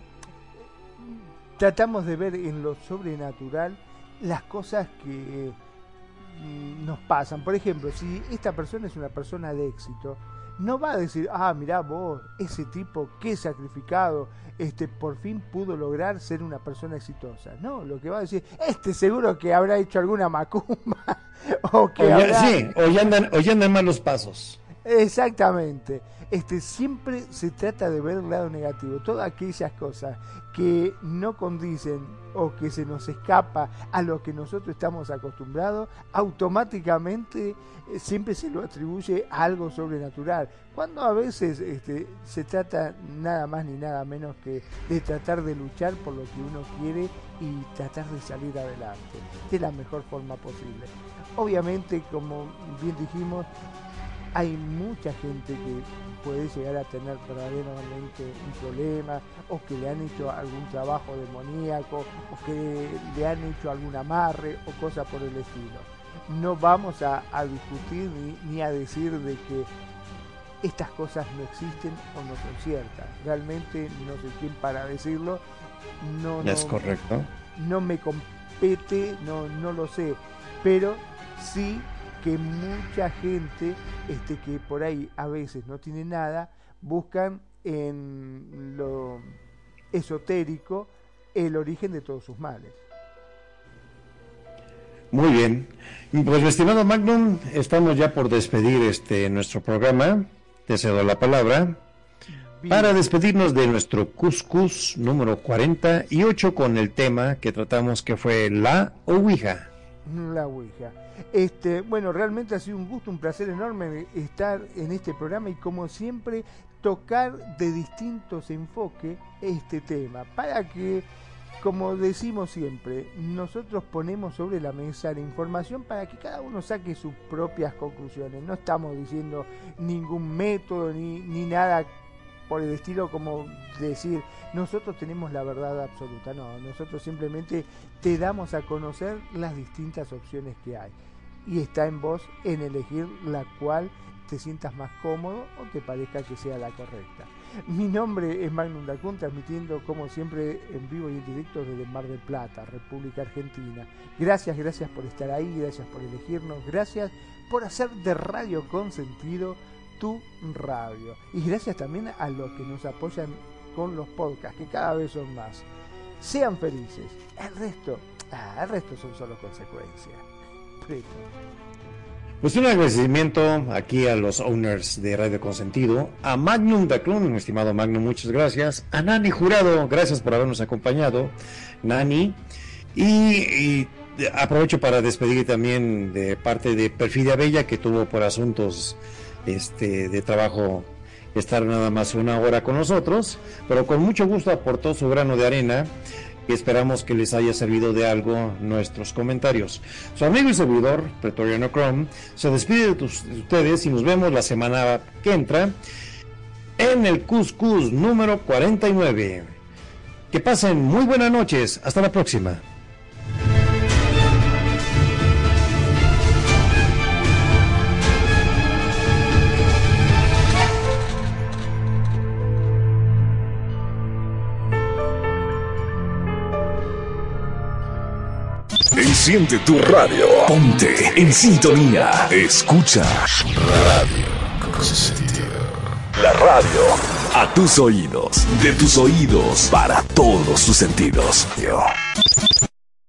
tratamos de ver en lo sobrenatural las cosas que nos pasan. Por ejemplo, si esta persona es una persona de éxito, no va a decir, mirá vos, ese tipo, qué sacrificado, por fin pudo lograr ser una persona exitosa. No, lo que va a decir, seguro que habrá hecho alguna macumba, o ya andan malos pasos. Exactamente. Siempre se trata de ver el lado negativo. Todas aquellas cosas que no condicen o que se nos escapa a lo que nosotros estamos acostumbrados, automáticamente siempre se lo atribuye a algo sobrenatural, cuando a veces se trata nada más ni nada menos que de tratar de luchar por lo que uno quiere y tratar de salir adelante de la mejor forma posible. Obviamente, como bien dijimos, hay mucha gente que puede llegar a tener verdaderamente un problema, o que le han hecho algún trabajo demoníaco, o que le han hecho algún amarre o cosa por el estilo. No vamos a discutir ni a decir de que estas cosas no existen o no son ciertas. Realmente no sé quién para decirlo. No es correcto. No me compete, no lo sé, pero sí que mucha gente que por ahí a veces no tiene nada, buscan en lo esotérico el origen de todos sus males. Muy bien, pues mi estimado Magnum, estamos ya por despedir nuestro programa. Te cedo la palabra para despedirnos de nuestro Cuscus número 48 con el tema que tratamos, que fue la Ouija. La Ouija. Bueno, realmente ha sido un gusto, un placer enorme estar en este programa y, como siempre, tocar de distintos enfoques este tema, para que, como decimos siempre, nosotros ponemos sobre la mesa la información para que cada uno saque sus propias conclusiones. No estamos diciendo ningún método ni nada por el estilo, como decir nosotros tenemos la verdad absoluta. No, nosotros simplemente te damos a conocer las distintas opciones que hay, y está en vos en elegir la cual te sientas más cómodo o te parezca que sea la correcta. Mi nombre es Magnum Dacun, transmitiendo como siempre en vivo y en directo desde Mar del Plata, República Argentina. Gracias por estar ahí, gracias por elegirnos, gracias por hacer de Radio Consentido tu radio. Y gracias también a los que nos apoyan con los podcasts, que cada vez son más. Sean felices. El resto son solo consecuencias. Pues un agradecimiento aquí a los owners de Radio Consentido, a Magnum Dacun, mi estimado Magnum, muchas gracias, a Nani Jurado, gracias por habernos acompañado, Nani, y aprovecho para despedir también de parte de Perfidia Bella, que tuvo por asuntos de trabajo estar nada más una hora con nosotros, pero con mucho gusto aportó su grano de arena. Esperamos que les haya servido de algo nuestros comentarios. Su amigo y servidor, Pretoriano Chrome, se despide de ustedes y nos vemos la semana que entra en el Cuscus número 49. Que pasen muy buenas noches. Hasta la próxima. Enciende tu radio. Ponte en sintonía. Escucha Radio Consentido. La radio a tus oídos, de tus oídos, para todos tus sentidos.